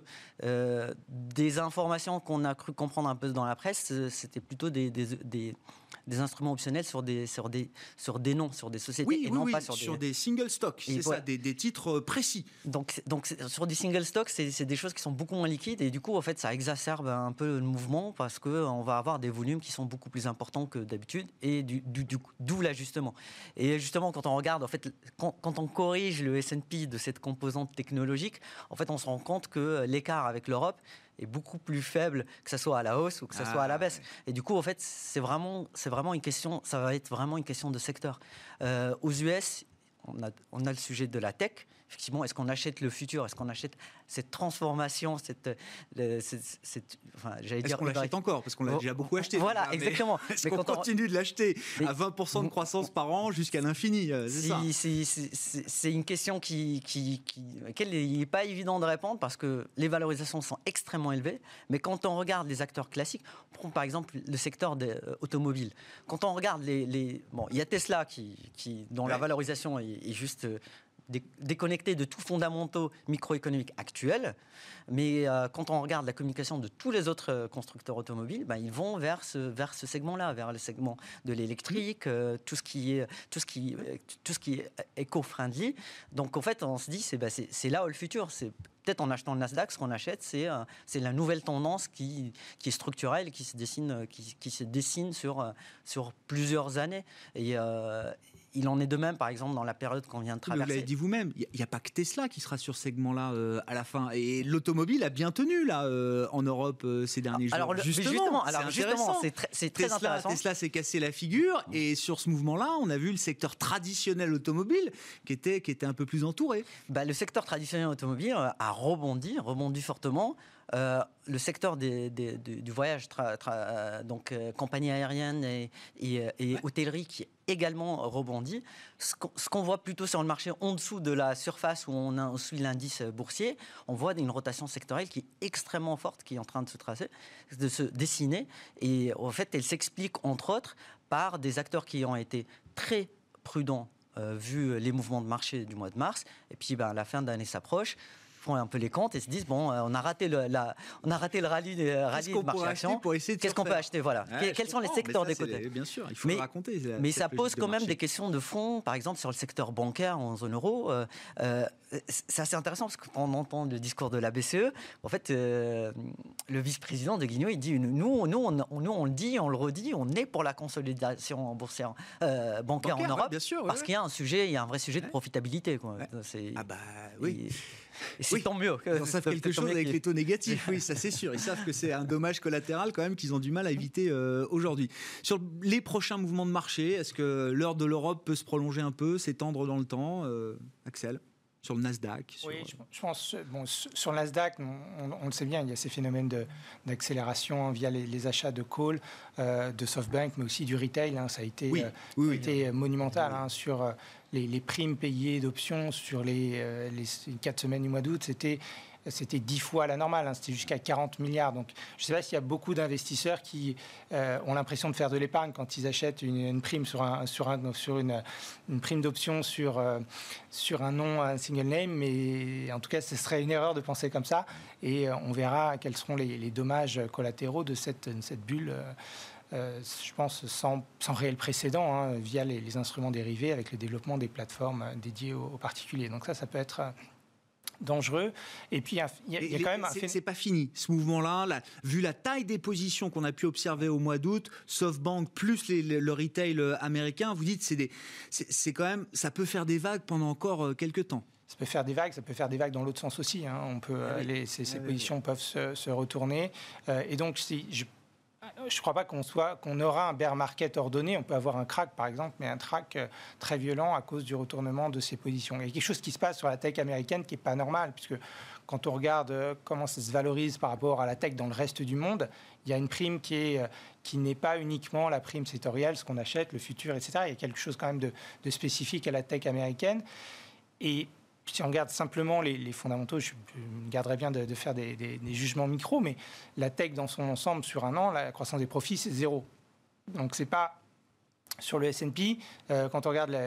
des informations qu'on a cru comprendre un peu dans la presse, c'était plutôt des instruments optionnels sur des noms, sur des sociétés, pas sur des single stocks, c'est ça, des titres précis. Donc sur des single stocks, c'est des choses qui sont beaucoup moins liquides et du coup, en fait, ça exacerbe un peu le mouvement parce qu'on va avoir des volumes qui sont beaucoup plus importants que d'habitude et d'où l'ajustement. Et justement, quand on regarde, en fait, quand on corrige le S&P de cette composante technologique, en fait, on se rend compte que l'écart avec l'Europe est beaucoup plus faible, que ça soit à la hausse ou que ça soit à la baisse. Et du coup, en fait, c'est vraiment une question, ça va être vraiment une question de secteur. Aux US, on a le sujet de la tech. Effectivement, est-ce qu'on achète le futur? Est-ce qu'on achète cette transformation, est-ce qu'on l'achète encore? Parce qu'on l'a déjà beaucoup acheté. Voilà, exactement. Est-ce qu'on continue de l'acheter à 20% de croissance par an jusqu'à l'infini? C'est une question laquelle il n'est pas évident de répondre parce que les valorisations sont extrêmement élevées. Mais quand on regarde les acteurs classiques, on prend par exemple le secteur automobile. Quand on regarde il y a Tesla dont la valorisation est juste déconnecté de tout fondamentaux microéconomiques actuels, mais quand on regarde la communication de tous les autres constructeurs automobiles, ils vont vers ce segment-là, vers le segment de l'électrique, tout ce qui est éco-friendly. Donc en fait, on se dit c'est là où le futur. C'est peut-être en achetant le Nasdaq, ce qu'on achète, c'est la nouvelle tendance qui est structurelle, qui se dessine sur plusieurs années. Et il en est de même, par exemple, dans la période qu'on vient de traverser. Vous l'avez dit vous-même, il n'y a pas que Tesla qui sera sur ce segment-là à la fin. Et l'automobile a bien tenu là, en Europe ces derniers jours. Justement, c'est très intéressant. Tesla s'est cassé la figure. Et sur ce mouvement-là, on a vu le secteur traditionnel automobile qui était un peu plus entouré. Le secteur traditionnel automobile a rebondi fortement. Le secteur du voyage, donc compagnie aérienne et hôtellerie qui est également rebondi. Ce qu'on voit plutôt sur le marché en dessous de la surface où on suit l'indice boursier, on voit une rotation sectorielle qui est extrêmement forte, qui est en train de se dessiner. Et en fait, elle s'explique entre autres par des acteurs qui ont été très prudents vu les mouvements de marché du mois de mars. Et puis la fin d'année s'approche. Font un peu les comptes et se disent on a raté le rallye de marché action. Qu'est-ce qu'on peut acheter? Voilà. Quels sont les secteurs des côtés? Bien sûr, il faut le raconter. Mais ça pose quand même des questions de fond, par exemple sur le secteur bancaire en zone euro. C'est assez intéressant parce que quand on entend le discours de la BCE, en fait, le vice-président de Guigno, il dit nous on le dit, on le redit, on est pour la consolidation boursière bancaire en Europe, bien sûr, parce qu'il y a un vrai sujet de profitabilité. Quoi. Oui. Et c'est tant mieux. Ils en savent quelque chose avec les taux négatifs, oui, ça c'est sûr. Ils savent que c'est un dommage collatéral quand même qu'ils ont du mal à éviter aujourd'hui. Sur les prochains mouvements de marché, est-ce que l'heure de l'Europe peut se prolonger un peu, s'étendre dans le temps, Axel? Sur le Nasdaq? Oui, je pense. Sur le Nasdaq, on le sait bien, il y a ces phénomènes d'accélération via les achats de call, de SoftBank, mais aussi du retail. Ça a été monumental sur les primes payées d'options sur les 4 semaines du mois d'août. C'était 10 fois la normale, c'était jusqu'à 40 milliards. Donc, je ne sais pas s'il y a beaucoup d'investisseurs qui ont l'impression de faire de l'épargne quand ils achètent une prime une prime d'option sur un nom, un single name. Mais en tout cas, ce serait une erreur de penser comme ça. Et on verra quels seront les dommages collatéraux de cette bulle. Je pense sans réel précédent via les instruments dérivés avec le développement des plateformes dédiées aux particuliers. Donc ça peut être dangereux. Et puis, il y a quand même... C'est pas fini, ce mouvement-là. Vu la taille des positions qu'on a pu observer au mois d'août, SoftBank plus le retail américain, vous dites c'est quand même... Ça peut faire des vagues pendant encore quelques temps. Ça peut faire des vagues dans l'autre sens aussi. Ces positions peuvent se retourner. Et donc, je ne crois pas qu'on aura un bear market ordonné. On peut avoir un crack, par exemple, mais un crack très violent à cause du retournement de ces positions. Il y a quelque chose qui se passe sur la tech américaine qui n'est pas normal, puisque quand on regarde comment ça se valorise par rapport à la tech dans le reste du monde, il y a une prime qui n'est pas uniquement la prime sectorielle, ce qu'on achète, le futur, etc. Il y a quelque chose quand même de spécifique à la tech américaine. Et si on regarde simplement les fondamentaux, je me garderais bien de faire des jugements micro, mais la tech dans son ensemble, sur un an, la croissance des profits, c'est 0. Donc, c'est pas sur le S&P, quand on regarde,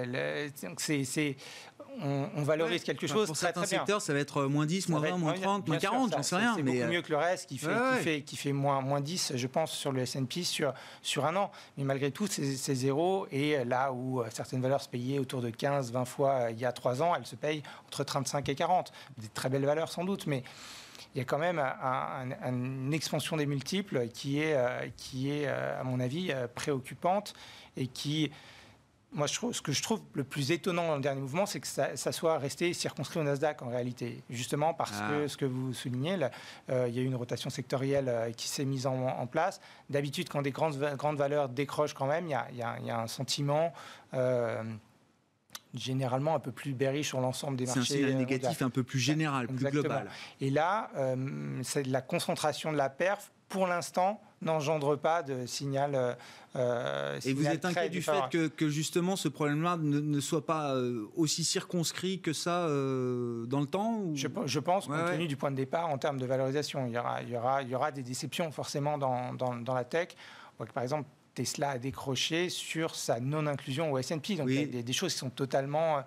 on valorise quelque chose pour très, certains très bien. secteurs, ça va être moins 10, moins 20, moins 30, moins 40, j'en sais rien. C'est beaucoup mieux que le reste qui fait moins 10, je pense, sur le S&P sur un an. Mais malgré tout, c'est 0. Et là où certaines valeurs se payaient autour de 15, 20 fois il y a 3 ans, elles se payent entre 35 et 40. Des très belles valeurs sans doute, mais il y a quand même une expansion des multiples qui est, à mon avis, préoccupante et qui... Moi, ce que je trouve le plus étonnant dans le dernier mouvement, c'est que ça soit resté circonscrit au Nasdaq en réalité. Justement parce que, ce que vous soulignez, il y a eu une rotation sectorielle qui s'est mise en place. D'habitude, quand des grandes valeurs décrochent quand même, il y a un sentiment généralement un peu plus bearish sur l'ensemble des marchés. C'est un signal négatif un peu plus général, plus global. Et là, c'est la concentration de la perf, pour l'instant, n'engendre pas de signal. Et vous êtes inquiet du fait que justement ce problème-là ne soit pas aussi circonscrit que ça dans le temps ou... Je pense, compte tenu du point de départ en termes de valorisation, il y aura des déceptions forcément dans la tech. Par exemple, Tesla a décroché sur sa non-inclusion au S&P. Donc il y a des choses qui sont totalement...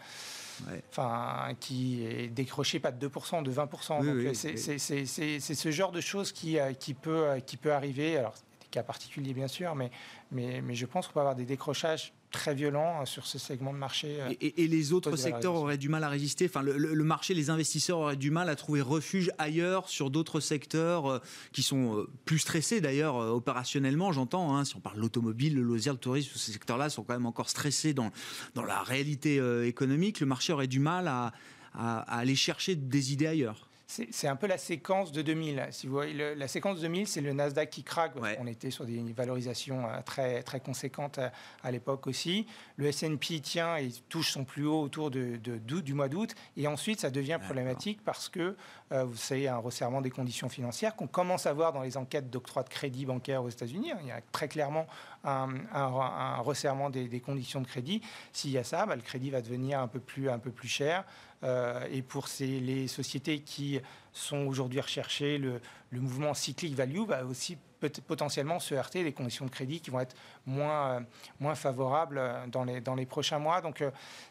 qui est décroché pas de 2%, de 20%. C'est ce genre de choses qui peut arriver. Alors, des cas particuliers, bien sûr, mais je pense qu'on peut avoir des décrochages très violents sur ce segment de marché. Et les autres secteurs auraient du mal à résister. Enfin, le marché, les investisseurs auraient du mal à trouver refuge ailleurs sur d'autres secteurs qui sont plus stressés d'ailleurs opérationnellement, j'entends. Hein, si on parle de l'automobile, le loisir, le tourisme, tous ces secteurs-là sont quand même encore stressés dans la réalité économique. Le marché aurait du mal à aller chercher des idées ailleurs. C'est un peu la séquence de 2000. Si vous voyez, la séquence de 2000, c'est le Nasdaq qui craque. On était sur des valorisations très, très conséquentes à l'époque aussi. Le S&P tient et touche son plus haut autour du mois d'août. Et ensuite, ça devient problématique parce que vous savez, un resserrement des conditions financières qu'on commence à voir dans les enquêtes d'octroi de crédit bancaire aux États-Unis. Il y a très clairement un resserrement des conditions de crédit. S'il y a ça, le crédit va devenir un peu plus cher. Et pour les sociétés qui sont aujourd'hui recherchées, le mouvement cyclique value va aussi potentiellement se heurter à des conditions de crédit qui vont être moins favorables dans les prochains mois. Donc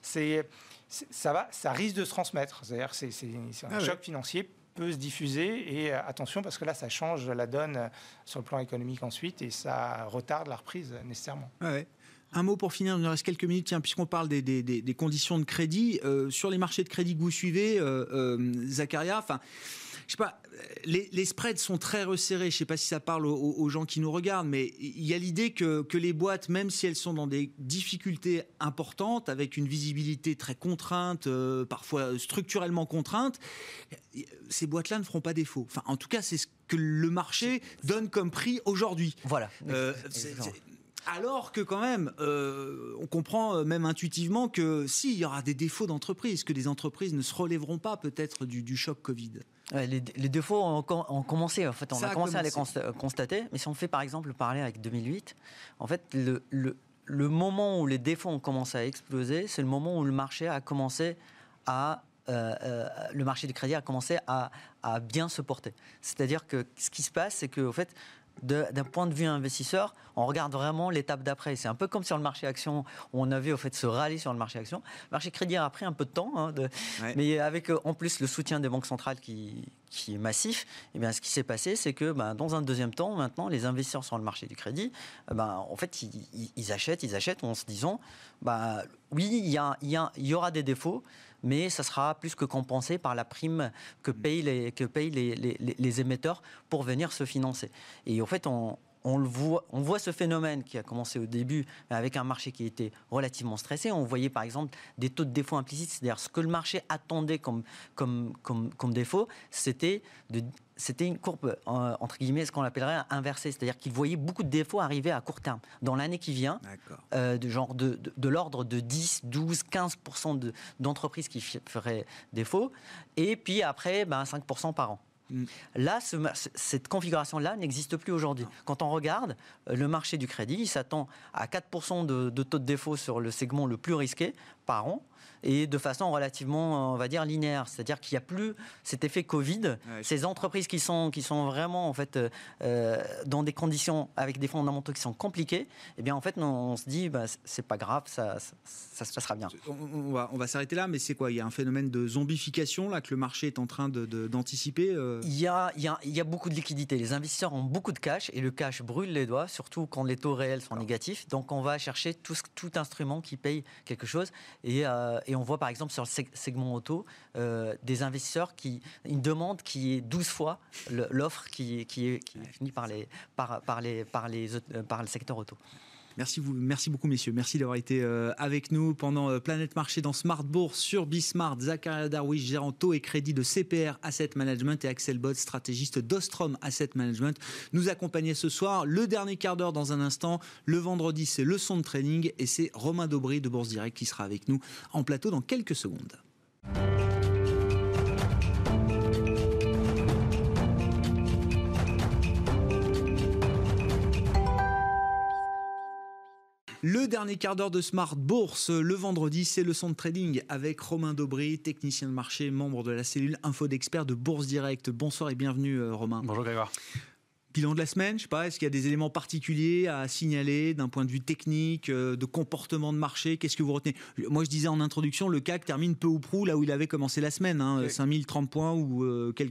ça risque de se transmettre. C'est-à-dire c'est un choc financier peut se diffuser et attention parce que là ça change la donne sur le plan économique ensuite et ça retarde la reprise nécessairement. Un mot pour finir, il nous reste quelques minutes, puisqu'on parle des conditions de crédit. Sur les marchés de crédit que vous suivez, Zakaria, je sais pas, les spreads sont très resserrés. Je ne sais pas si ça parle aux gens qui nous regardent, mais il y a l'idée que les boîtes, même si elles sont dans des difficultés importantes, avec une visibilité très contrainte, parfois structurellement contrainte, ces boîtes-là ne feront pas défaut. Enfin, en tout cas, c'est ce que le marché donne comme prix aujourd'hui. Voilà. Alors que quand même, on comprend même intuitivement que il y aura des défauts d'entreprise, que des entreprises ne se relèveront pas peut-être du choc Covid. Les défauts ont commencé, en fait, on a commencé à les constater. Mais si on fait par exemple le parallèle avec 2008, en fait, le moment où les défauts ont commencé à exploser, c'est le moment où le marché a commencé le marché du crédit a commencé à bien se porter. C'est-à-dire que ce qui se passe, c'est que, en fait, d'un point de vue investisseur, on regarde vraiment l'étape d'après. C'est un peu comme sur le marché action, où on avait au fait ce rallye sur le marché action. Le marché crédit a pris un peu de temps, mais avec en plus le soutien des banques centrales qui est massif. Et bien, ce qui s'est passé, c'est que dans un deuxième temps, maintenant, les investisseurs sur le marché du crédit, en fait, ils achètent en se disant, oui, il y aura des défauts, mais ça sera plus que compensé par la prime que payent les émetteurs pour venir se financer. Et en fait, on voit ce phénomène qui a commencé au début avec un marché qui était relativement stressé. On voyait par exemple des taux de défaut implicites, c'est-à-dire ce que le marché attendait comme défaut, c'était une courbe, entre guillemets, ce qu'on appellerait inversée, c'est-à-dire qu'il voyait beaucoup de défauts arriver à court terme. Dans l'année qui vient, de l'ordre de 10, 12, 15% d'entreprises qui feraient défaut, et puis après, 5% par an. Là, cette configuration-là n'existe plus aujourd'hui. Quand on regarde le marché du crédit, il s'attend à 4% de taux de défaut sur le segment le plus risqué par an, et de façon relativement, on va dire, linéaire. C'est-à-dire qu'il n'y a plus cet effet Covid. Ces entreprises qui sont vraiment, en fait, dans des conditions avec des fondamentaux qui sont compliqués, eh bien, en fait, on se dit, c'est pas grave, ça se passera bien. On va s'arrêter là, mais c'est quoi ? Il y a un phénomène de zombification là, que le marché est en train d'anticiper Il y a beaucoup de liquidités. Les investisseurs ont beaucoup de cash, et le cash brûle les doigts, surtout quand les taux réels sont négatifs. Donc, on va chercher tout instrument qui paye quelque chose. Et on voit par exemple sur le segment auto des investisseurs une demande qui est 12 fois l'offre qui est finie par le secteur auto. Merci beaucoup messieurs, merci d'avoir été avec nous pendant Planète Marché dans Smart Bourse sur Bismart. Zakaria Darwish, gérant taux et crédit de CPR Asset Management, et Axel Bott, stratégiste d'Ostrom Asset Management, nous accompagnaient ce soir. Le dernier quart d'heure dans un instant, le vendredi c'est leçon de trading et c'est Romain Daubry de Bourse Direct qui sera avec nous en plateau dans quelques secondes. Le dernier quart d'heure de Smart Bourse, le vendredi, c'est leçon de trading avec Romain Daubry, technicien de marché, membre de la cellule Info d'Experts de Bourse Direct. Bonsoir et bienvenue Romain. Bonjour Grégoire. Bilan de la semaine, je sais pas, est-ce qu'il y a des éléments particuliers à signaler d'un point de vue technique, de comportement de marché? Qu'est-ce que vous retenez? Moi, je disais en introduction, le CAC termine peu ou prou là où il avait commencé la semaine, 5030 points ou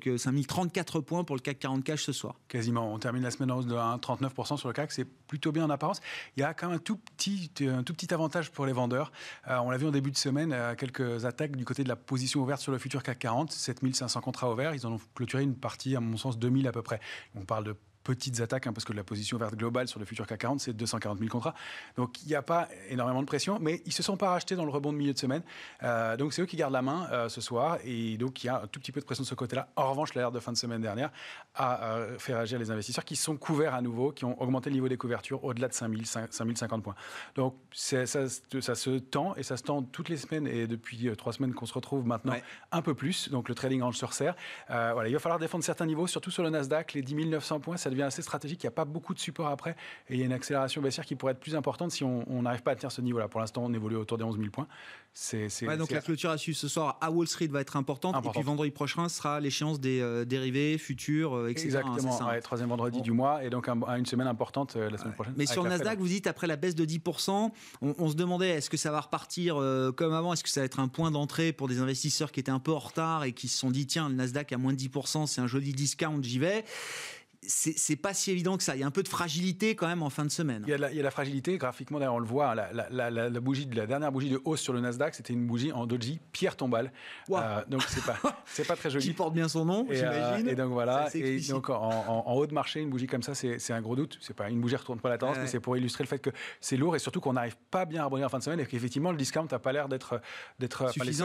5034 points pour le CAC 40 cash ce soir. Quasiment, on termine la semaine en hausse de 39% sur le CAC, c'est plutôt bien en apparence. Il y a quand même un tout petit avantage pour les vendeurs. On l'a vu en début de semaine, quelques attaques du côté de la position ouverte sur le futur CAC 40, 7500 contrats ouverts, ils en ont clôturé une partie, à mon sens, 2000 à peu près. On parle de petites attaques, parce que la position verte globale sur le futur CAC 40, c'est 240 000 contrats. Donc, il n'y a pas énormément de pression, mais ils ne se sont pas rachetés dans le rebond de milieu de semaine. Donc, c'est eux qui gardent la main ce soir. Et donc, il y a un tout petit peu de pression de ce côté-là. En revanche, l'alerte de fin de semaine dernière a fait réagir les investisseurs qui sont couverts à nouveau, qui ont augmenté le niveau des couvertures au-delà de 5050 points. Donc, ça se tend, et ça se tend toutes les semaines. Et depuis 3 semaines qu'on se retrouve maintenant, un peu plus. Donc, le trading range se resserre. Voilà, il va falloir défendre certains niveaux, surtout sur le Nasdaq. Les 10 900 points, ça devient assez stratégique, il n'y a pas beaucoup de support après et il y a une accélération baissière qui pourrait être plus importante si on n'arrive pas à tenir ce niveau-là. Pour l'instant, on évolue autour des 11 000 points. Donc la clôture à suivre ce soir à Wall Street va être importante. Et puis vendredi prochain sera l'échéance des dérivés, futurs, etc. Exactement, troisième vendredi du mois et donc une semaine importante la semaine prochaine. Mais sur le Nasdaq, vous dites après la baisse de 10%, on se demandait est-ce que ça va repartir comme avant, est-ce que ça va être un point d'entrée pour des investisseurs qui étaient un peu en retard et qui se sont dit tiens, le Nasdaq à moins de 10%, c'est un joli discount, j'y vais. C'est pas si évident que ça. Il y a un peu de fragilité quand même en fin de semaine. Il y a la fragilité. Graphiquement, d'ailleurs, on le voit. La dernière bougie de hausse sur le Nasdaq, c'était une bougie en doji Pierre Tombal. Wow. Donc, c'est pas très joli. Qui porte bien son nom, j'imagine. Et donc, voilà. Et donc, en haut de marché, une bougie comme ça, c'est un gros doute. C'est pas une bougie retourne pas la tendance, mais c'est pour illustrer le fait que c'est lourd et surtout qu'on n'arrive pas bien à rebondir en fin de semaine et qu'effectivement, le discount n'a pas l'air d'être suffisant.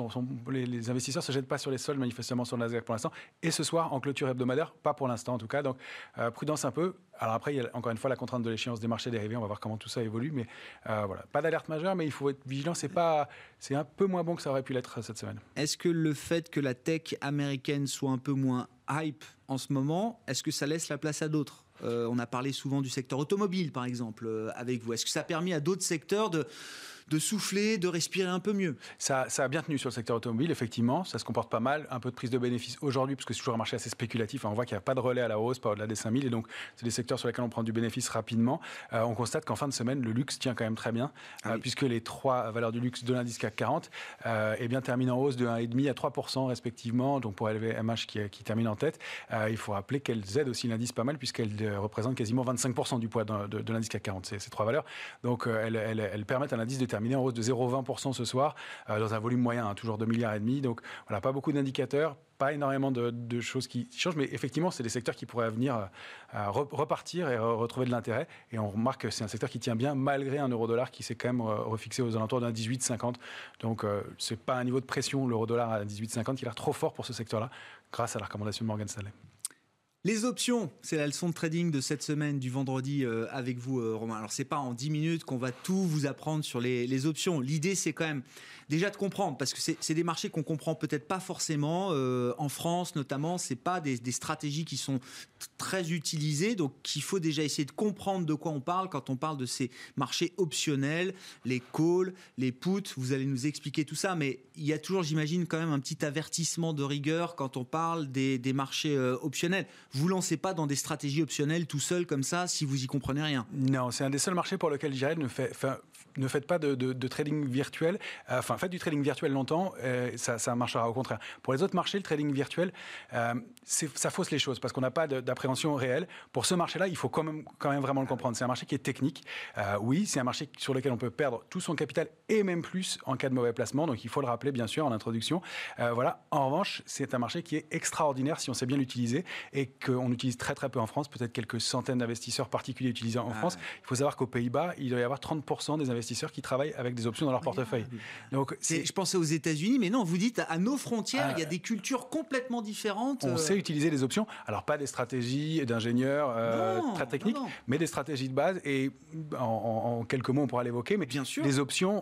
Les investisseurs se jettent pas sur les soldes, manifestement, sur le Nasdaq pour l'instant. Et ce soir, en clôture hebdomadaire, pas pour l'instant en tout cas. Donc, prudence un peu. Alors après, il y a encore une fois la contrainte de l'échéance des marchés dérivés. On va voir comment tout ça évolue. Mais voilà, pas d'alerte majeure, mais il faut être vigilant. C'est un peu moins bon que ça aurait pu l'être cette semaine. Est-ce que le fait que la tech américaine soit un peu moins hype en ce moment, est-ce que ça laisse la place à d'autres ? On a parlé souvent du secteur automobile, par exemple, avec vous. Est-ce que ça a permis à d'autres secteurs de souffler, de respirer un peu mieux? Ça a bien tenu sur le secteur automobile, effectivement. Ça se comporte pas mal. Un peu de prise de bénéfices aujourd'hui, parce que c'est toujours un marché assez spéculatif. On voit qu'il n'y a pas de relais à la hausse, pas au-delà des 5000. Et donc, c'est des secteurs sur lesquels on prend du bénéfice rapidement. On constate qu'en fin de semaine, le luxe tient quand même très bien, puisque les 3 valeurs du luxe de l'indice CAC 40 terminent en hausse de 1,5% à 3% respectivement. Donc, pour LVMH qui termine en tête, il faut rappeler qu'elles aident aussi l'indice pas mal, puisqu'elles représentent quasiment 25% du poids de l'indice CAC 40, ces 3 valeurs. Donc, elles permettent à l'indice de terminé en hausse de 0,20% ce soir, dans un volume moyen, toujours 2,5 milliards. Donc voilà, pas beaucoup d'indicateurs, pas énormément de choses qui changent, mais effectivement, c'est des secteurs qui pourraient venir repartir et retrouver de l'intérêt. Et on remarque que c'est un secteur qui tient bien malgré un euro-dollar qui s'est quand même refixé aux alentours d'un 18,50. Donc c'est pas un niveau de pression, l'euro-dollar à 18,50, qui a l'air trop fort pour ce secteur-là, grâce à la recommandation de Morgan Stanley. Les options, c'est la leçon de trading de cette semaine du vendredi avec vous, Romain. Alors, c'est pas en 10 minutes qu'on va tout vous apprendre sur les options. L'idée, c'est quand même déjà de comprendre, parce que c'est des marchés qu'on comprend peut-être pas forcément. En France, notamment, c'est pas des stratégies qui sont très utilisées. Donc, il faut déjà essayer de comprendre de quoi on parle quand on parle de ces marchés optionnels, les calls, les puts. Vous allez nous expliquer tout ça, mais il y a toujours, j'imagine, quand même un petit avertissement de rigueur quand on parle des marchés optionnels. Vous lancez pas dans des stratégies optionnelles tout seul comme ça si vous y comprenez rien. Non, c'est un des seuls marchés pour lequel je dirais ne faites pas de trading virtuel. Faites du trading virtuel longtemps, ça marchera au contraire. Pour les autres marchés, le trading virtuel, ça fausse les choses parce qu'on n'a pas d'appréhension réelle. Pour ce marché-là, il faut quand même vraiment le comprendre. C'est un marché qui est technique. Oui, c'est un marché sur lequel on peut perdre tout son capital et même plus en cas de mauvais placement. Donc, il faut le rappeler, bien sûr, en introduction. Voilà. En revanche, c'est un marché qui est extraordinaire si on sait bien l'utiliser et qu'on utilise très, très peu en France. Peut-être quelques centaines d'investisseurs particuliers utilisés en France. Il faut savoir qu'aux Pays-Bas, il doit y avoir 30% des investisseurs qui travaillent avec des options dans leur portefeuille. Donc, je pensais aux États-Unis, mais non, vous dites à nos frontières, il y a des cultures complètement différentes. On sait utiliser les options. Alors, pas des stratégies d'ingénieurs très techniques, mais des stratégies de base. Et en quelques mots, on pourra l'évoquer. Mais bien sûr, les options,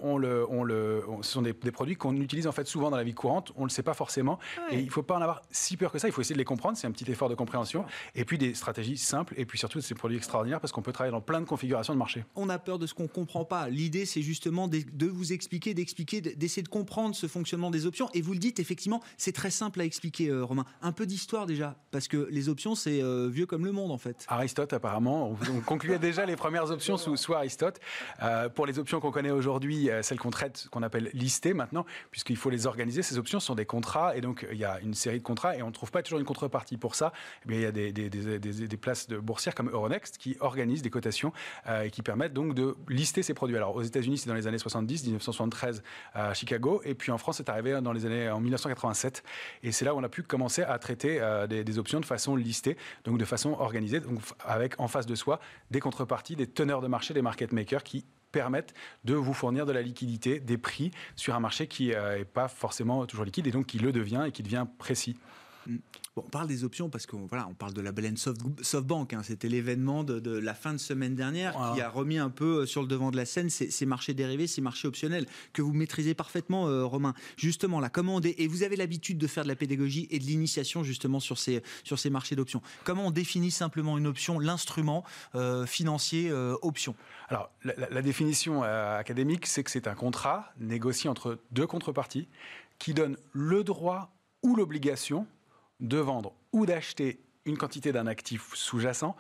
ce sont des produits qu'on utilise en fait souvent dans la vie courante. On ne le sait pas forcément. Et il ne faut pas en avoir si peur que ça. Il faut essayer de les comprendre. C'est un petit effort de compréhension. Et puis des stratégies simples. Et puis surtout, c'est des produits extraordinaires parce qu'on peut travailler dans plein de configurations de marché. On a peur de ce qu'on ne comprend pas. L'idée, c'est justement de vous expliquer, d'essayer de comprendre ce fonctionnement des options. Et vous le dites, effectivement, c'est très simple à expliquer, Romain. Un peu d'histoire déjà, parce que les options, c'est vieux comme le monde, en fait. Aristote, apparemment, on concluait déjà les premières options sous Aristote. Pour les options qu'on connaît aujourd'hui, celles qu'on traite, qu'on appelle listées maintenant, puisqu'il faut les organiser. Ces options sont des contrats, et donc il y a une série de contrats, et on ne trouve pas toujours une contrepartie pour ça. Eh bien, il y a des places boursières comme Euronext qui organisent des cotations et qui permettent donc de lister ces produits. Alors, aux États-Unis, c'est dans les années 70, 1973 à Chicago, et puis en France, c'est arrivé en 1987. Et c'est là où on a pu commencer à traiter des options de façon listée, donc de façon organisée, donc avec en face de soi des contreparties, des teneurs de marché, des market makers qui permettent de vous fournir de la liquidité, des prix sur un marché qui n'est pas forcément toujours liquide et donc qui le devient et qui devient précis. Bon, on parle des options parce qu'on on parle de la baleine SoftBank. C'était l'événement de la fin de semaine dernière qui a remis un peu sur le devant de la scène ces marchés dérivés, ces marchés optionnels que vous maîtrisez parfaitement, Romain. Justement, et vous avez l'habitude de faire de la pédagogie et de l'initiation justement sur ces marchés d'options. Comment on définit simplement une option, l'instrument financier option? Alors, la définition académique, c'est que c'est un contrat négocié entre deux contreparties qui donne le droit ou l'obligation de vendre ou d'acheter une quantité d'un actif sous-jacent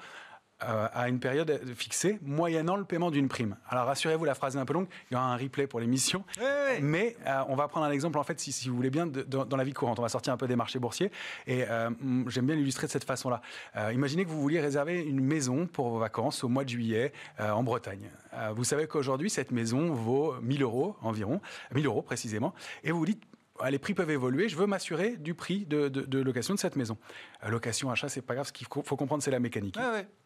à une période fixée, moyennant le paiement d'une prime. Alors rassurez-vous, la phrase est un peu longue, il y aura un replay pour l'émission, mais on va prendre un exemple, en fait, si vous voulez bien, dans la vie courante. On va sortir un peu des marchés boursiers, et j'aime bien l'illustrer de cette façon-là. Imaginez que vous vouliez réserver une maison pour vos vacances au mois de juillet en Bretagne. Vous savez qu'aujourd'hui, cette maison vaut 1 000 € environ, 1 000 € précisément, et vous vous dites, les prix peuvent évoluer, je veux m'assurer du prix de location de cette maison. Location, achat, c'est pas grave, ce qu'il faut comprendre, c'est la mécanique.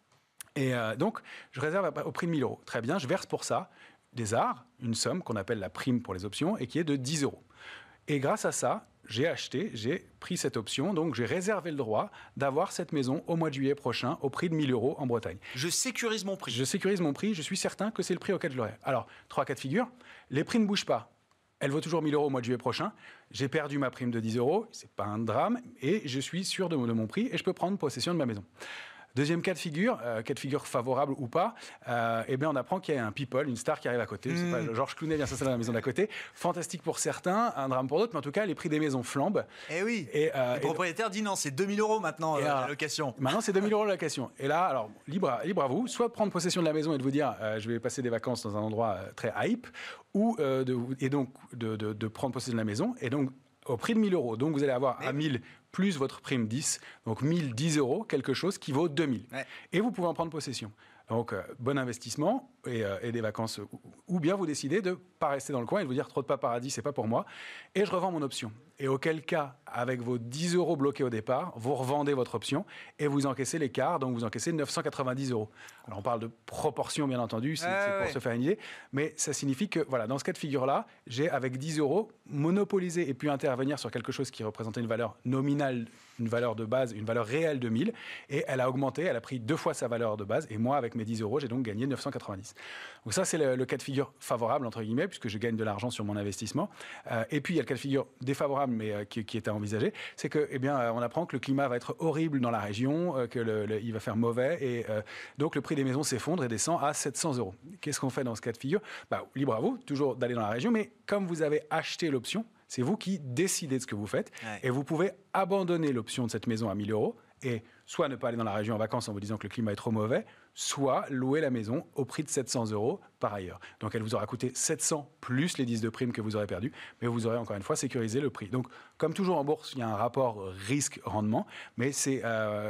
Et donc, je réserve au prix de 1 000 €. Très bien, je verse pour ça des arts, une somme qu'on appelle la prime pour les options et qui est de 10 €. Et grâce à ça, j'ai pris cette option, donc j'ai réservé le droit d'avoir cette maison au mois de juillet prochain au prix de 1 000 € en Bretagne. Je sécurise mon prix. Je sécurise mon prix, je suis certain que c'est le prix auquel je l'aurai. Alors, 3 cas de figure, les prix ne bougent pas. Elle vaut toujours 1 000 € au mois de juillet prochain. J'ai perdu ma prime de 10 €, c'est pas un drame, et je suis sûr de mon prix et je peux prendre possession de ma maison. Deuxième cas de figure favorable ou pas, on apprend qu'il y a un people, une star qui arrive à côté. Je sais pas, Georges Clooney vient s'installer dans la maison d'à côté. Fantastique pour certains, un drame pour d'autres, mais en tout cas, les prix des maisons flambent. Et oui. Le propriétaire dit non, c'est 2 000 € maintenant la location. Maintenant, c'est 2 000 € la location. Et là, alors libre à vous, soit de prendre possession de la maison et de vous dire, je vais passer des vacances dans un endroit très hype, ou de prendre possession de la maison et donc au prix de 1 000 €. Donc vous allez avoir à 1 000 plus votre prime 10, donc 1 010 €, quelque chose qui vaut 2 000. Et vous pouvez en prendre possession. Donc, bon investissement et des vacances. Ou bien vous décidez de ne pas rester dans le coin et de vous dire trop de paradis, c'est pas pour moi. Et je revends mon option. Et auquel cas, avec vos 10 € bloqués au départ, vous revendez votre option et vous encaissez l'écart. Donc, vous encaissez 990 €. Alors, on parle de proportion, bien entendu, c'est pour se faire une idée. Mais ça signifie que, voilà, dans ce cas de figure-là, j'ai, avec 10 € monopolisé et pu intervenir sur quelque chose qui représentait une valeur nominale, une valeur de base, une valeur réelle de 1 000. Et elle a augmenté, elle a pris 2 fois sa valeur de base. Et moi, avec mes 10 €, j'ai donc gagné 990. Donc ça, c'est le cas de figure favorable, entre guillemets, puisque je gagne de l'argent sur mon investissement. Et puis, il y a le cas de figure défavorable, mais qui est à envisager. C'est que, on apprend que le climat va être horrible dans la région, qu'il va faire mauvais. Et donc, le prix des maisons s'effondre et descend à 700 €. Qu'est-ce qu'on fait dans ce cas de figure ? Libre à vous, toujours d'aller dans la région. Mais comme vous avez acheté l'option, c'est vous qui décidez de ce que vous faites. Et vous pouvez abandonner l'option de cette maison à 1 000 € et soit ne pas aller dans la région en vacances en vous disant que le climat est trop mauvais, soit louer la maison au prix de 700 € par ailleurs. Donc elle vous aura coûté 700 plus les 10 de prime que vous aurez perdu, mais vous aurez encore une fois sécurisé le prix. Donc comme toujours en bourse, il y a un rapport risque-rendement, mais c'est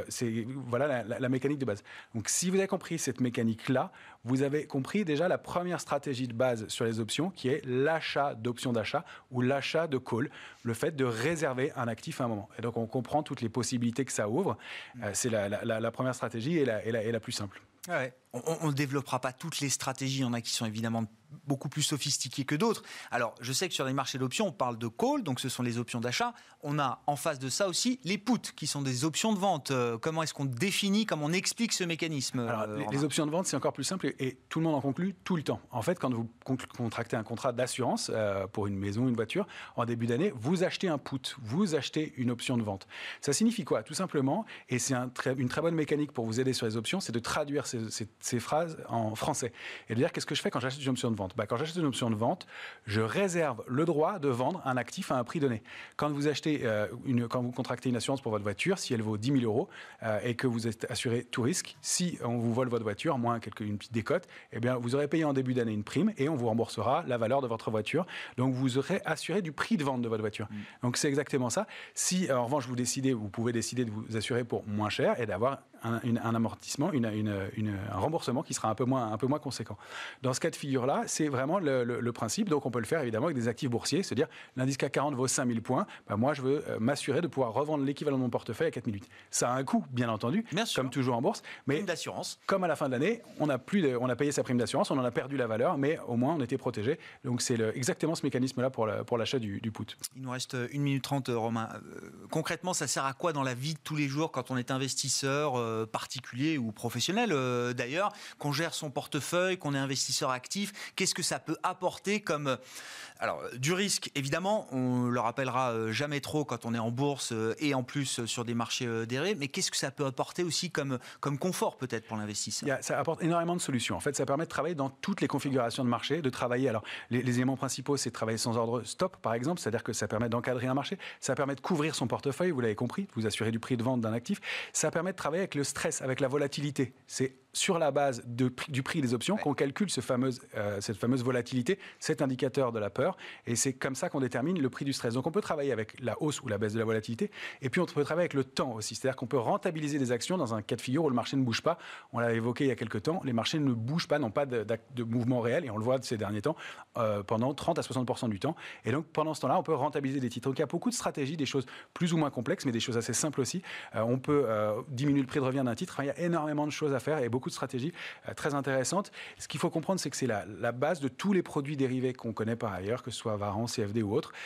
voilà la mécanique de base. Donc si vous avez compris cette mécanique-là, vous avez compris déjà la première stratégie de base sur les options qui est l'achat d'options d'achat ou l'achat de call, le fait de réserver un actif à un moment. Et donc on comprend toutes les possibilités que ça ouvre. C'est la première stratégie et la plus simple. Ouais. On ne développera pas toutes les stratégies, il y en a qui sont évidemment beaucoup plus sophistiquées que d'autres. Alors, je sais que sur les marchés d'options, on parle de call, donc ce sont les options d'achat. On a en face de ça aussi les puts, qui sont des options de vente. Comment est-ce qu'on définit, comment on explique ce mécanisme? Alors, les options de vente, c'est encore plus simple et tout le monde en conclut tout le temps. En fait, quand vous contractez un contrat d'assurance pour une maison, une voiture, en début d'année, vous achetez un put, vous achetez une option de vente. Ça signifie quoi? Tout simplement, et c'est une très bonne mécanique pour vous aider sur les options, c'est de traduire ces phrases en français et de dire qu'est-ce que je fais quand j'achète une option de vente. Quand j'achète une option de vente, je réserve le droit de vendre un actif à un prix donné. Quand vous achetez quand vous contractez une assurance pour votre voiture, si elle vaut 10 000 € et que vous êtes assuré tout risque, si on vous vole votre voiture, moins une petite décote, eh bien vous aurez payé en début d'année une prime et on vous remboursera la valeur de votre voiture. Donc vous aurez assuré du prix de vente de votre voiture. Donc c'est exactement ça. Si en revanche vous pouvez décider de vous assurer pour moins cher et d'avoir un amortissement, un remboursement qui sera un peu moins conséquent. Dans ce cas de figure-là, c'est vraiment le principe. Donc on peut le faire évidemment avec des actifs boursiers, c'est-à-dire l'indice CAC 40 vaut 5000 points, moi je veux m'assurer de pouvoir revendre l'équivalent de mon portefeuille à 4008. Ça a un coût, bien entendu, comme toujours en bourse, mais prime d'assurance. Comme à la fin de l'année, on a payé sa prime d'assurance, on en a perdu la valeur, mais au moins on était protégé. Donc c'est exactement ce mécanisme-là pour l'achat du put. Il nous reste 1 minute 30, Romain. Concrètement, ça sert à quoi dans la vie de tous les jours quand on est investisseur particulier ou professionnel d'ailleurs, qu'on gère son portefeuille, qu'on est investisseur actif? Qu'est-ce que ça peut apporter comme... Alors, du risque, évidemment, on le rappellera jamais trop quand on est en bourse et en plus sur des marchés dérivés, mais qu'est-ce que ça peut apporter aussi comme confort peut-être pour l'investisseur? Ça apporte énormément de solutions. En fait, ça permet de travailler dans toutes les configurations de marché, de travailler. Alors, les éléments principaux, c'est de travailler sans ordre stop, par exemple, c'est-à-dire que ça permet d'encadrer un marché, ça permet de couvrir son portefeuille, vous l'avez compris, de vous assurer du prix de vente d'un actif, ça permet de travailler avec le stress, avec la volatilité. C'est sur la base du prix des options qu'on calcule cette fameuse volatilité, cet indicateur de la peur, et c'est comme ça qu'on détermine le prix du stress. Donc on peut travailler avec la hausse ou la baisse de la volatilité, et puis on peut travailler avec le temps aussi, c'est-à-dire qu'on peut rentabiliser des actions dans un cas de figure où le marché ne bouge pas. On l'a évoqué il y a quelques temps, les marchés ne bougent pas, n'ont pas de mouvement réel, et on le voit ces derniers temps, pendant 30 à 60% du temps, et donc pendant ce temps-là, on peut rentabiliser des titres. Donc il y a beaucoup de stratégies, des choses plus ou moins complexes, mais des choses assez simples aussi. On peut diminuer le prix de revient d'un titre. Enfin, il y a énormément de choses à faire et beaucoup de stratégies très intéressantes. Ce qu'il faut comprendre, c'est que c'est la base de tous les produits dérivés qu'on connaît par ailleurs, que ce soit Varan, CFD ou autres,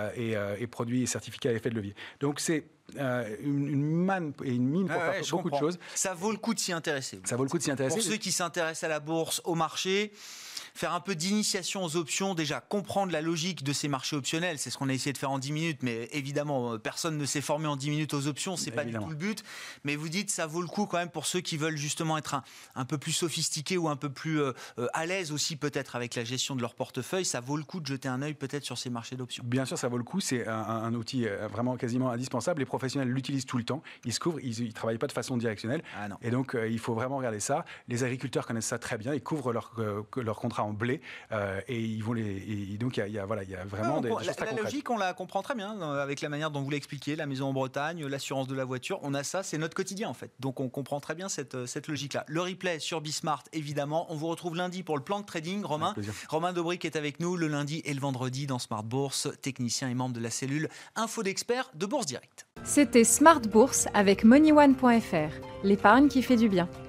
et produits et certificats à effet de levier. Donc c'est une manne et une mine pour faire beaucoup de choses. Ça vaut le coup de s'y intéresser. Ça vaut le coup de s'y intéresser. Pour ceux qui s'intéressent à la bourse, au marché, faire un peu d'initiation aux options, déjà comprendre la logique de ces marchés optionnels, c'est ce qu'on a essayé de faire en 10 minutes, mais évidemment, personne ne s'est formé en 10 minutes aux options, c'est pas du tout le but. Mais vous dites, ça vaut le coup quand même pour ceux qui veulent justement être un peu plus sophistiqués ou un peu plus à l'aise aussi peut-être avec la gestion de leur portefeuille, ça vaut le coup de jeter un œil peut-être sur ces marchés d'options. Bien sûr, ça vaut le coup, c'est un outil vraiment quasiment indispensable. Les professionnels l'utilisent tout le temps, ils se couvrent, ils ne travaillent pas de façon directionnelle, et donc il faut vraiment regarder ça. Les agriculteurs connaissent ça très bien, ils couvrent leur contrat en blé, et ils vont donc il y a vraiment des choses très concrètes. La logique, on la comprend très bien avec la manière dont vous l'expliquez, la maison en Bretagne, l'assurance de la voiture, on a ça, c'est notre quotidien en fait. Donc on comprend très bien cette logique-là. Le replay sur Bismart, évidemment. On vous retrouve lundi pour le plan de trading. Romain Daubric est avec nous le lundi et le vendredi dans Smart Bourse, technicien et membre de la cellule Info d'experts de Bourse Direct. C'était Smart Bourse avec MoneyOne.fr, l'épargne qui fait du bien.